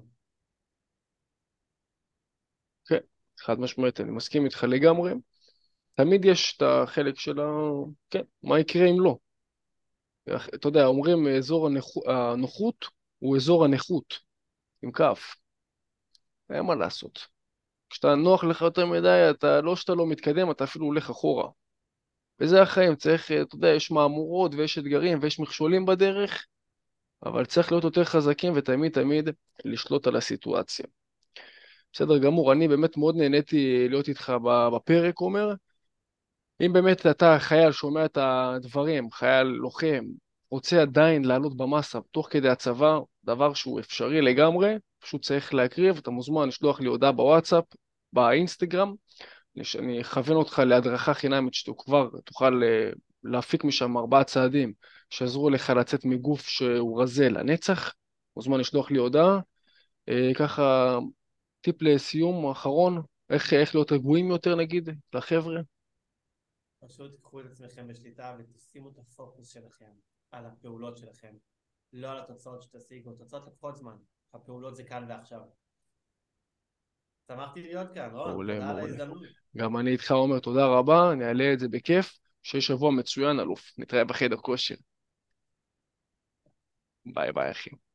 כן, חד משמעית, אני מסכים איתך לגמרי. תמיד יש את החלק של כן, מה יקרה אם לא. אתה יודע, אומרים אזור הנוחות הוא אזור הנכות, עם כף. אין מה לעשות. כשאתה נוח לך יותר מדי, אתה לא שאתה לא מתקדם, אתה אפילו הולך אחורה. וזה החיים, צריך, אתה יודע, יש מהמורות ויש אתגרים ויש מכשולים בדרך, אבל צריך להיות יותר חזקים ותמיד תמיד לשלוט על הסיטואציה. בסדר גמור, אני באמת מאוד נהניתי להיות איתך בפרק, עומר. אם באמת אתה חייל שומע את הדברים, חייל לוחם, רוצה עדיין לעלות במסה תוך כדי הצבא, דבר שהוא אפשרי לגמרי, פשוט צריך להקריב, אתה מוזמן לשלוח לי הודעה בוואטסאפ, באינסטגרם, אני אכוון אותך להדרכה חינמית שכבר תוכל להפיק משם 4 צעדים שיעזרו לך לצאת מגוף שהוא רזה לנצח, מוזמן לשלוח לי הודעה. ככה טיפ לסיום אחרון, איך להיות רגועים יותר נגיד לחבר'ה. פשוט תקחו את עצמכם בשליטה ותשימו את הפוקוס שלכם על הפעולות שלכם, לא על התוצאות שתשיגו. תוצאות לוקחות זמן, הפעולות זה כאן ועכשיו. שמחתי להיות כאן, רון, מעולה, תודה על מעולה. ההזדמנות. גם אני איתך עומר, תודה רבה, נעלה את זה בכיף. שיהיה שבוע מצוין, אלוף. נתראה בחדר כושר. ביי ביי, אחי.